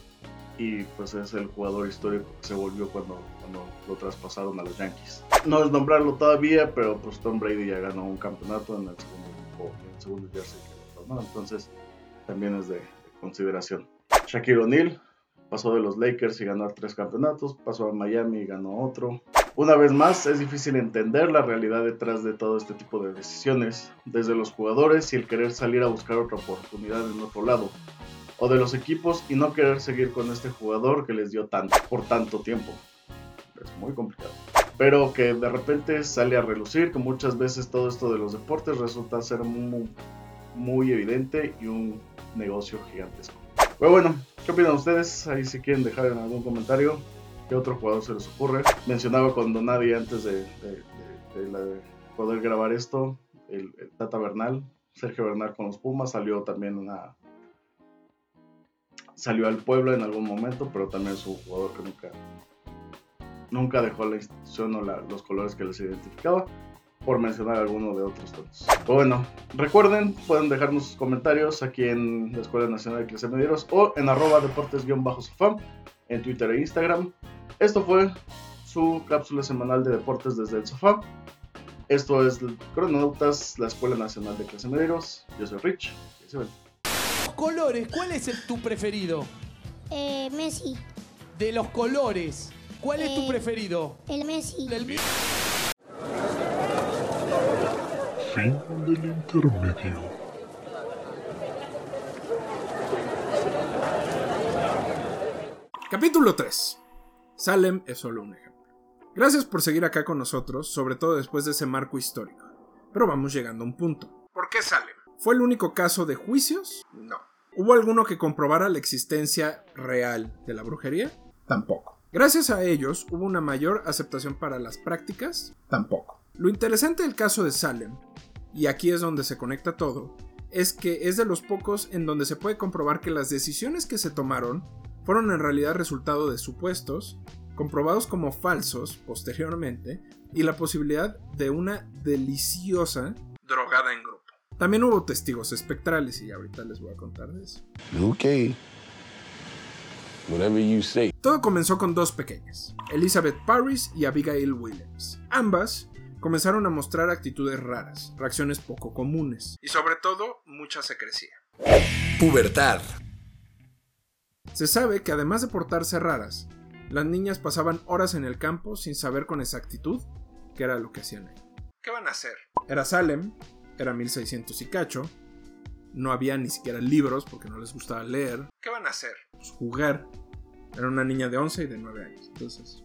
y pues es el jugador histórico que se volvió cuando, cuando lo traspasaron a los Yankees. No es nombrarlo todavía, pero pues Tom Brady ya ganó un campeonato en el segundo, en el segundo jersey que lo tomó, entonces también es de, de consideración. Shaquille O'Neal pasó de los Lakers y ganó tres campeonatos, pasó a Miami y ganó otro. Una vez más, es difícil entender la realidad detrás de todo este tipo de decisiones, desde los jugadores y el querer salir a buscar otra oportunidad en otro lado, o de los equipos y no querer seguir con este jugador que les dio tanto, por tanto tiempo. Es muy complicado. Pero que de repente sale a relucir que muchas veces todo esto de los deportes resulta ser muy, muy evidente y un negocio gigantesco. Pero bueno, ¿qué opinan ustedes? Ahí si quieren dejar en algún comentario qué otro jugador se les ocurre. Mencionaba con Donadi antes de, de, de, de, la, de poder grabar esto, el, el Tata Bernal, Sergio Bernal con los Pumas, salió también una... Salió al Puebla en algún momento, pero también es un jugador que nunca, nunca dejó la institución o la, los colores que les identificaba, por mencionar alguno de otros tantos. Pero bueno, recuerden, pueden dejarnos sus comentarios aquí en la Escuela Nacional de Clase Medieros o en arroba deportes-sofá en Twitter e Instagram. Esto fue su cápsula semanal de deportes desde el sofá. Esto es Crononautas, la Escuela Nacional de Clase Medieros. Yo soy Rich. Y se ven. Colores, ¿cuál es el, tu preferido? Eh, Messi. De los colores, ¿cuál eh, es tu preferido? El Messi. El... Fin del intermedio. Capítulo tres. Salem es solo un ejemplo. Gracias por seguir acá con nosotros, sobre todo después de ese marco histórico. Pero vamos llegando a un punto. ¿Por qué Salem? ¿Fue el único caso de juicios? No. ¿Hubo alguno que comprobara la existencia real de la brujería? Tampoco. Gracias a ellos hubo una mayor aceptación para las prácticas, tampoco. Lo interesante del caso de Salem, y aquí es donde se conecta todo, es que es de los pocos en donde se puede comprobar que las decisiones que se tomaron fueron en realidad resultado de supuestos, comprobados como falsos posteriormente, y la posibilidad de una deliciosa drogada en grupo. También hubo testigos espectrales y ahorita les voy a contar de eso. Ok. Whatever you say. Todo comenzó con dos pequeñas, Elizabeth Parris y Abigail Williams. Ambas comenzaron a mostrar actitudes raras, reacciones poco comunes, y sobre todo, mucha secrecía. Pubertad. Se sabe que además de portarse raras, las niñas pasaban horas en el campo sin saber con exactitud qué era lo que hacían ahí. ¿Qué van a hacer? Era Salem, era mil seiscientos y cacho, no había ni siquiera libros porque no les gustaba leer. ¿Qué van a hacer? Pues jugar. Era una niña de once y de nueve años, entonces...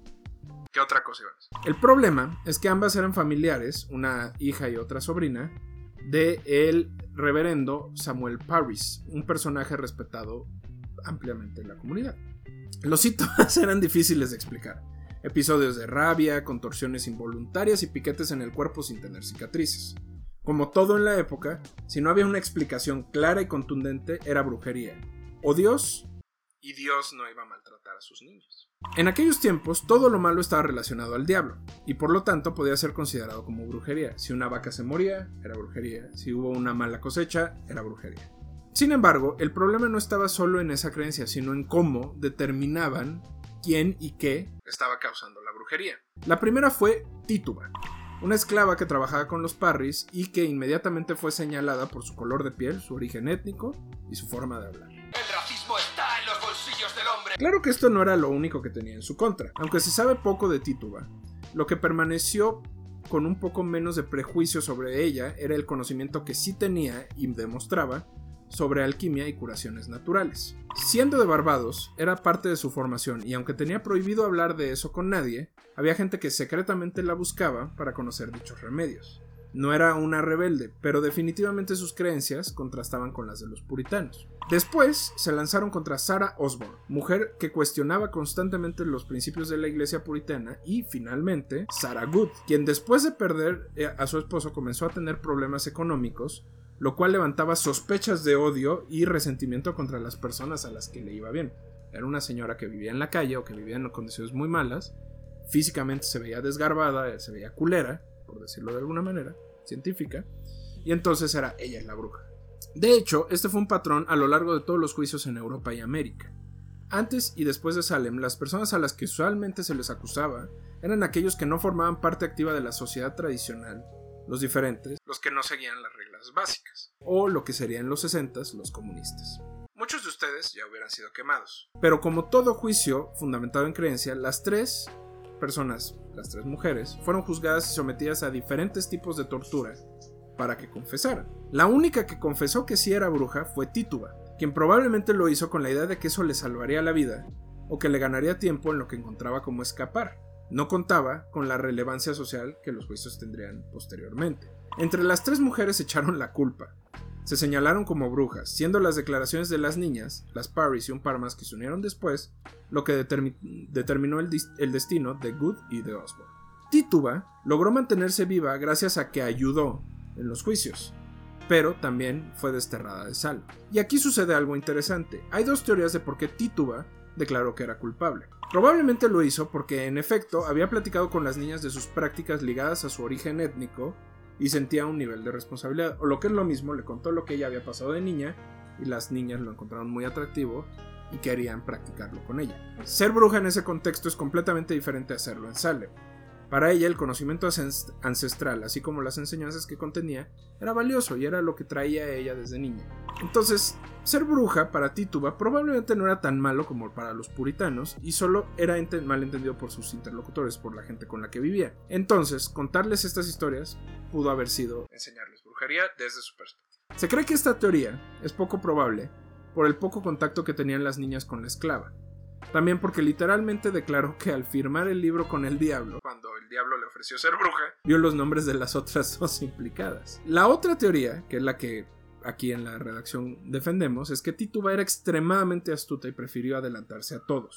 ¿Qué otra cosa iban a hacer? El problema es que ambas eran familiares, una hija y otra sobrina, de el reverendo Samuel Parris, un personaje respetado ampliamente en la comunidad. Los síntomas eran difíciles de explicar. Episodios de rabia, contorsiones involuntarias y piquetes en el cuerpo sin tener cicatrices. Como todo en la época, si no había una explicación clara y contundente, era brujería. O Dios, y Dios no iba a maltratar a sus niños. En aquellos tiempos, todo lo malo estaba relacionado al diablo, y por lo tanto podía ser considerado como brujería. Si una vaca se moría, era brujería. Si hubo una mala cosecha, era brujería. Sin embargo, el problema no estaba solo en esa creencia, sino en cómo determinaban quién y qué estaba causando la brujería. La primera fue Tituba, una esclava que trabajaba con los Parris y que inmediatamente fue señalada por su color de piel, su origen étnico y su forma de hablar. El racismo está en los bolsillos del hombre. Claro que esto no era lo único que tenía en su contra. Aunque se sabe poco de Tituba, lo que permaneció con un poco menos de prejuicio sobre ella era el conocimiento que sí tenía y demostraba sobre alquimia y curaciones naturales. Siendo de Barbados, era parte de su formación y aunque tenía prohibido hablar de eso con nadie, había gente que secretamente la buscaba para conocer dichos remedios. No era una rebelde, pero definitivamente sus creencias contrastaban con las de los puritanos. Después se lanzaron contra Sarah Osborne, mujer que cuestionaba constantemente los principios de la iglesia puritana, y finalmente Sarah Good, quien después de perder a su esposo comenzó a tener problemas económicos, lo cual levantaba sospechas de odio y resentimiento contra las personas a las que le iba bien. Era una señora que vivía en la calle o que vivía en condiciones muy malas, físicamente se veía desgarbada, se veía culera, por decirlo de alguna manera, científica, y entonces era ella la bruja. De hecho, este fue un patrón a lo largo de todos los juicios en Europa y América. Antes y después de Salem, las personas a las que usualmente se les acusaba eran aquellos que no formaban parte activa de la sociedad tradicional, los diferentes, los que no seguían las reglas básicas, o lo que serían en los sesentas los comunistas. Muchos de ustedes ya hubieran sido quemados. Pero como todo juicio fundamentado en creencia, las tres personas, las tres mujeres, fueron juzgadas y sometidas a diferentes tipos de tortura para que confesaran. La única que confesó que sí era bruja fue Tituba, quien probablemente lo hizo con la idea de que eso le salvaría la vida o que le ganaría tiempo en lo que encontraba como escapar. No contaba con la relevancia social que los juicios tendrían posteriormente. Entre las tres mujeres echaron la culpa. Se señalaron como brujas, siendo las declaraciones de las niñas, las Parris y un par más que se unieron después, lo que determi- determinó el, dis- el destino de Good y de Osborne. Tituba logró mantenerse viva gracias a que ayudó en los juicios, pero también fue desterrada de Salem. Y aquí sucede algo interesante. Hay dos teorías de por qué Tituba declaró que era culpable. Probablemente lo hizo porque en efecto había platicado con las niñas de sus prácticas ligadas a su origen étnico y sentía un nivel de responsabilidad, o lo que es lo mismo, le contó lo que ella había pasado de niña y las niñas lo encontraron muy atractivo y querían practicarlo con ella. Ser bruja en ese contexto es completamente diferente a hacerlo en Salem. Para ella el conocimiento ancestral, así como las enseñanzas que contenía, era valioso y era lo que traía a ella desde niña. Entonces, ser bruja para Tituba probablemente no era tan malo como para los puritanos y solo era ent- mal entendido por sus interlocutores, por la gente con la que vivía. Entonces, contarles estas historias pudo haber sido enseñarles brujería desde su perspectiva. Se cree que esta teoría es poco probable por el poco contacto que tenían las niñas con la esclava. También porque literalmente declaró que al firmar el libro con el diablo, cuando el diablo le ofreció ser bruja, vio los nombres de las otras dos implicadas. La otra teoría, que es la que aquí en la redacción defendemos, es que Tituba era extremadamente astuta y prefirió adelantarse a todos.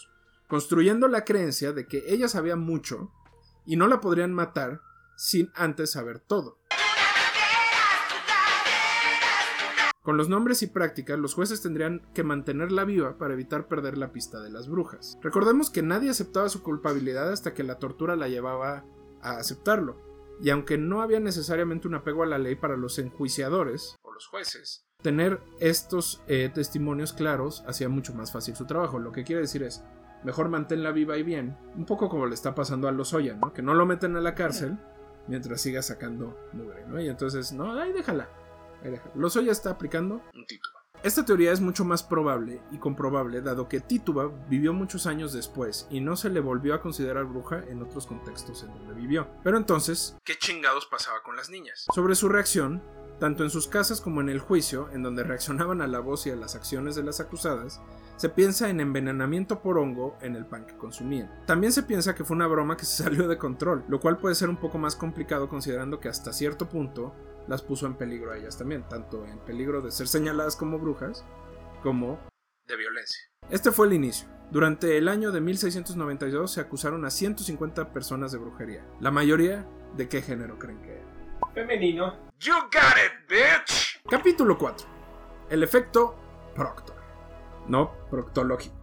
construyendo la creencia de que ella sabía mucho y no la podrían matar sin antes saber todo. Con los nombres y prácticas, los jueces tendrían que mantenerla viva para evitar perder la pista de las brujas. Recordemos que nadie aceptaba su culpabilidad hasta que la tortura la llevaba a aceptarlo, y aunque no había necesariamente un apego a la ley para los enjuiciadores, o los jueces, tener estos eh, testimonios claros hacía mucho más fácil su trabajo. Lo que quiere decir es, mejor manténla viva y bien, un poco como le está pasando a Lozoya, ¿no? Que no lo meten a la cárcel mientras siga sacando mugre, ¿no? Y entonces, no, ahí déjala. Lozoya está aplicando un Tituba. Esta teoría es mucho más probable y comprobable dado que Tituba vivió muchos años después y no se le volvió a considerar bruja en otros contextos en donde vivió. Pero entonces, ¿qué chingados pasaba con las niñas? Sobre su reacción, tanto en sus casas como en el juicio, en donde reaccionaban a la voz y a las acciones de las acusadas, se piensa en envenenamiento por hongo en el pan que consumían. También se piensa que fue una broma que se salió de control, lo cual puede ser un poco más complicado considerando que hasta cierto punto las puso en peligro a ellas también, tanto en peligro de ser señaladas como brujas, como de violencia. Este fue el inicio. Durante el año de mil seiscientos noventa y dos se acusaron a ciento cincuenta personas de brujería. La mayoría, ¿de qué género creen que era? Femenino. You got it, bitch. Capítulo cuatro. El efecto Proctor. No proctológico.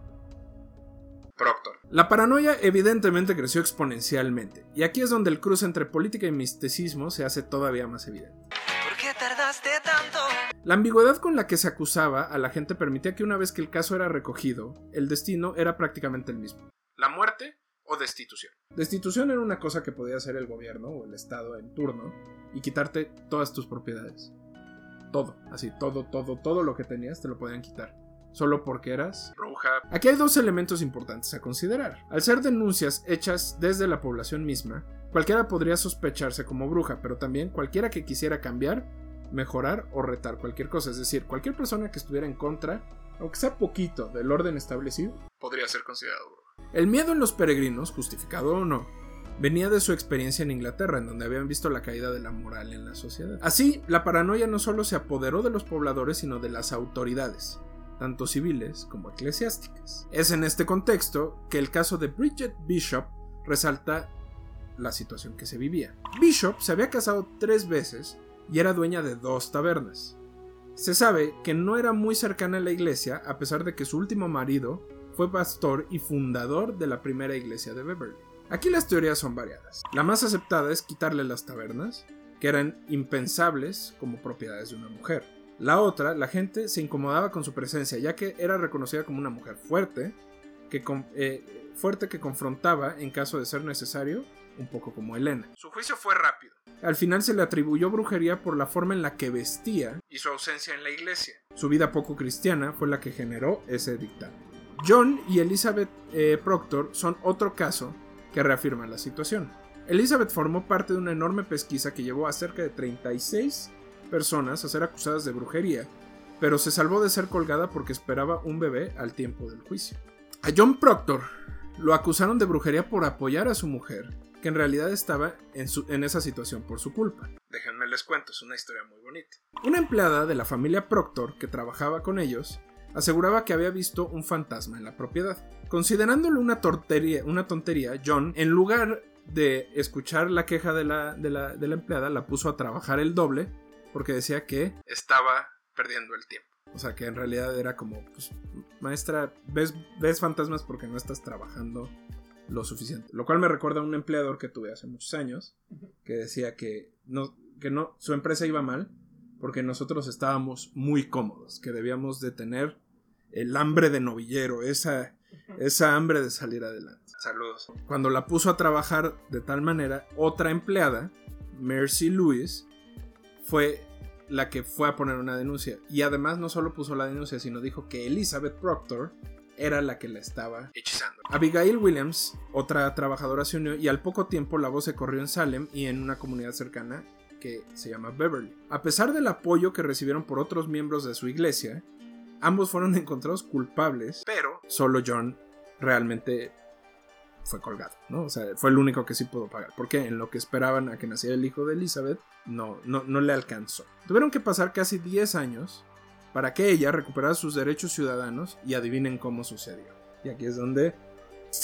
Proctor. La paranoia evidentemente creció exponencialmente, y aquí es donde el cruce entre política y misticismo se hace todavía más evidente. ¿Por qué tardaste tanto? La ambigüedad con la que se acusaba a la gente permitía que una vez que el caso era recogido, el destino era prácticamente el mismo. La muerte o destitución. Destitución era una cosa que podía hacer el gobierno o el estado en turno y quitarte todas tus propiedades. Todo, así, todo, todo, todo lo que tenías te lo podían quitar. Solo porque eras bruja. Aquí hay dos elementos importantes a considerar. Al ser denuncias hechas desde la población misma, cualquiera podría sospecharse como bruja, pero también cualquiera que quisiera cambiar, mejorar o retar cualquier cosa. Es decir, cualquier persona que estuviera en contra, aunque sea poquito, del orden establecido, podría ser considerado bruja. El miedo en los peregrinos, justificado o no, venía de su experiencia en Inglaterra, en donde habían visto la caída de la moral en la sociedad. Así, la paranoia no solo se apoderó de los pobladores, sino de las autoridades, tanto civiles como eclesiásticas. Es en este contexto que el caso de Bridget Bishop resalta la situación que se vivía. Bishop se había casado tres veces y era dueña de dos tabernas. Se sabe que no era muy cercana a la iglesia, a pesar de que su último marido fue pastor y fundador de la primera iglesia de Beverly. Aquí las teorías son variadas. La más aceptada es quitarle las tabernas, que eran impensables como propiedades de una mujer. La otra, la gente se incomodaba con su presencia, ya que era reconocida como una mujer fuerte, que, eh, fuerte que confrontaba en caso de ser necesario, un poco como Helena. Su juicio fue rápido. Al final se le atribuyó brujería por la forma en la que vestía y su ausencia en la iglesia. Su vida poco cristiana fue la que generó ese dictamen. John y Elizabeth eh, Proctor son otro caso que reafirma la situación. Elizabeth formó parte de una enorme pesquisa que llevó a cerca de treinta y seis personas a ser acusadas de brujería, pero se salvó de ser colgada porque esperaba un bebé al tiempo del juicio. A John Proctor lo acusaron de brujería por apoyar a su mujer, que en realidad estaba en, su, en esa situación por su culpa. Déjenme les cuento, es una historia muy bonita. Una empleada de la familia Proctor que trabajaba con ellos aseguraba que había visto un fantasma en la propiedad. Considerándolo una tontería, una tontería, John, en lugar de escuchar la queja de la, de la, de la empleada, la puso a trabajar el doble porque decía que estaba perdiendo el tiempo. O sea, que en realidad era como, pues, maestra, ves, ves fantasmas porque no estás trabajando lo suficiente. Lo cual me recuerda a un empleador que tuve hace muchos años, que decía que no, que no, su empresa iba mal porque nosotros estábamos muy cómodos, que debíamos de tener el hambre de novillero, esa, esa hambre de salir adelante. Saludos. Cuando la puso a trabajar de tal manera, otra empleada, Mercy Lewis, fue la que fue a poner una denuncia. Y además no solo puso la denuncia, sino dijo que Elizabeth Proctor era la que la estaba hechizando. Abigail Williams, otra trabajadora, se unió y al poco tiempo la voz se corrió en Salem y en una comunidad cercana que se llama Beverly. A pesar del apoyo que recibieron por otros miembros de su iglesia, ambos fueron encontrados culpables, pero solo John realmente fue colgado, ¿no? O sea, fue el único que sí pudo pagar, porque en lo que esperaban a que naciera el hijo de Elizabeth, no, no, no le alcanzó. Tuvieron que pasar casi diez años para que ella recuperara sus derechos ciudadanos y adivinen cómo sucedió. Y aquí es donde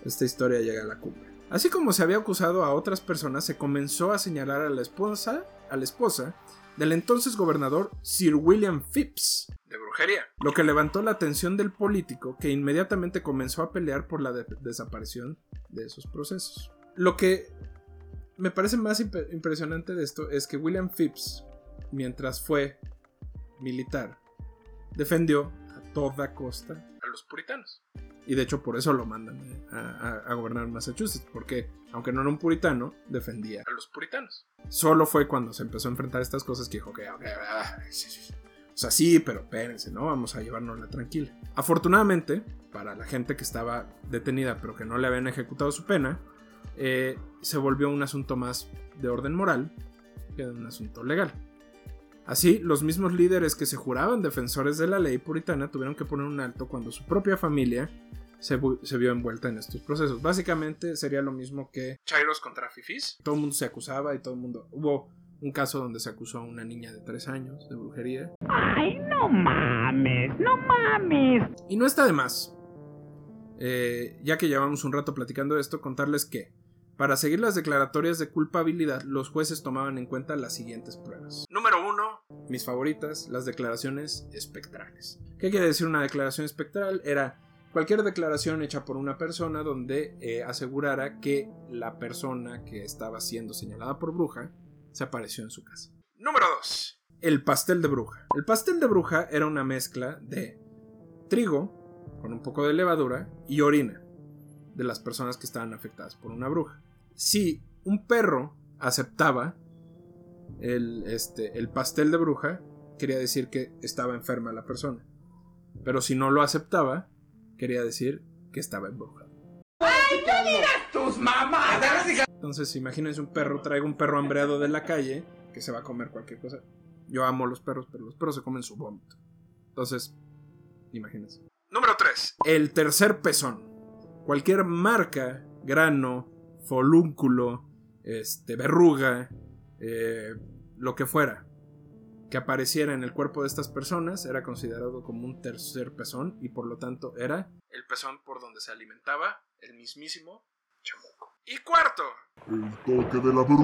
esta historia llega a la cumbre. Así como se había acusado a otras personas, se comenzó a señalar a la esposa, a la esposa del entonces gobernador Sir William Phips de brujería, lo que levantó la atención del político, que inmediatamente comenzó a pelear por la de- desaparición de esos procesos. Lo que me parece más imp- impresionante de esto es que William Phips, mientras fue militar, defendió a toda costa a los puritanos. Y de hecho por eso lo mandan a, a, a gobernar Massachusetts, porque aunque no era un puritano, defendía a los puritanos. Solo fue cuando se empezó a enfrentar a estas cosas que dijo, ok, ok, ah, sí, sí. O sea, sí, pero espérense, ¿no? Vamos a llevárnosla tranquila. Afortunadamente, para la gente que estaba detenida pero que no le habían ejecutado su pena, eh, se volvió un asunto más de orden moral que de un asunto legal. Así, los mismos líderes que se juraban defensores de la ley puritana tuvieron que poner un alto cuando su propia familia se, bu- se vio envuelta en estos procesos. Básicamente sería lo mismo que chairos contra fifís. Todo el mundo se acusaba y todo el mundo... Hubo un caso donde se acusó a una niña de tres años de brujería. ¡Ay, no mames! ¡No mames! Y no está de más, eh, ya que llevamos un rato platicando esto, contarles que para seguir las declaratorias de culpabilidad, los jueces tomaban en cuenta las siguientes pruebas. Número uno, mis favoritas, las declaraciones espectrales. ¿Qué quiere decir una declaración espectral? Era cualquier declaración hecha por una persona donde eh, asegurara que la persona que estaba siendo señalada por bruja se apareció en su casa. Número dos, el pastel de bruja. El pastel de bruja era una mezcla de trigo con un poco de levadura y orina de las personas que estaban afectadas por una bruja. Si un perro aceptaba el, este, el pastel de bruja, quería decir que estaba enferma la persona. Pero si no lo aceptaba, quería decir que estaba embrujado. ¡Ay, no digas tus mamadas! Entonces, imagínense un perro, traiga un perro hambreado de la calle que se va a comer cualquier cosa. Yo amo los perros, pero los perros se comen su vómito. Entonces, imagínense. Número tres, el tercer pezón. Cualquier marca, grano, folúnculo, este, verruga, eh, lo que fuera, que apareciera en el cuerpo de estas personas era considerado como un tercer pezón y por lo tanto era el pezón por donde se alimentaba el mismísimo chamuco. Y cuarto, el toque de la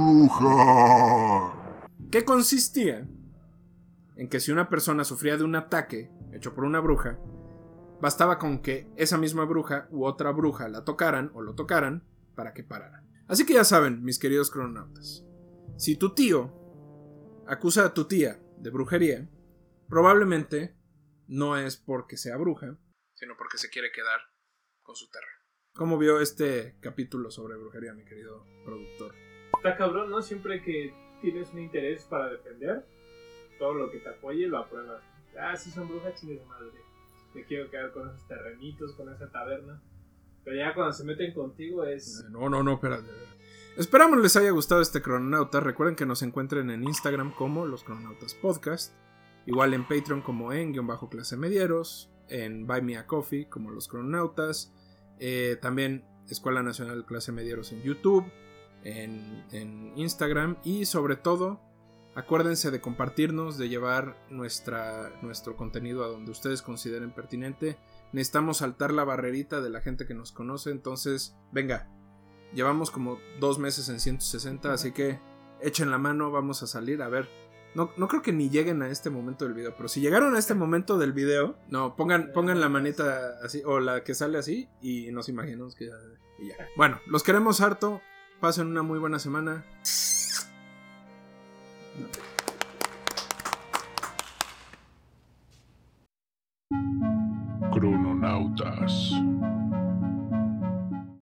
bruja, que consistía en que si una persona sufría de un ataque hecho por una bruja, bastaba con que esa misma bruja u otra bruja la tocaran o lo tocaran para que parara. Así que ya saben, mis queridos crononautas, si tu tío acusa a tu tía de brujería, probablemente no es porque sea bruja, sino porque se quiere quedar con su terreno. ¿Cómo vio este capítulo sobre brujería, mi querido productor? Está cabrón, ¿no? Siempre que tienes un interés para defender, todo lo que te apoye lo apruebas. Ah, si son brujas, chingue de madre. Me quiero quedar con esos terrenitos, con esa taberna. Pero ya cuando se meten contigo es... No, no, no, espérate. Esperamos les haya gustado este Crononauta. Recuerden que nos encuentren en Instagram como Los Crononautas Podcast. Igual en Patreon como en guión bajo clase medieros. En Buy Me a Coffee como Los Crononautas. Eh, también Escuela Nacional Clase Medieros en YouTube. En, en Instagram. Y sobre todo, acuérdense de compartirnos, de llevar nuestra, nuestro contenido a donde ustedes consideren pertinente. Necesitamos saltar la barrerita de la gente que nos conoce. Entonces, venga, llevamos como dos meses en ciento sesenta, así que echen la mano, vamos a salir. A ver, no, no creo que ni lleguen a este momento del video, pero si llegaron a este momento del video, no, pongan, pongan la manita así, o la que sale así, y nos imaginamos que ya, y ya. Bueno, los queremos harto, pasen una muy buena semana. Crononautas.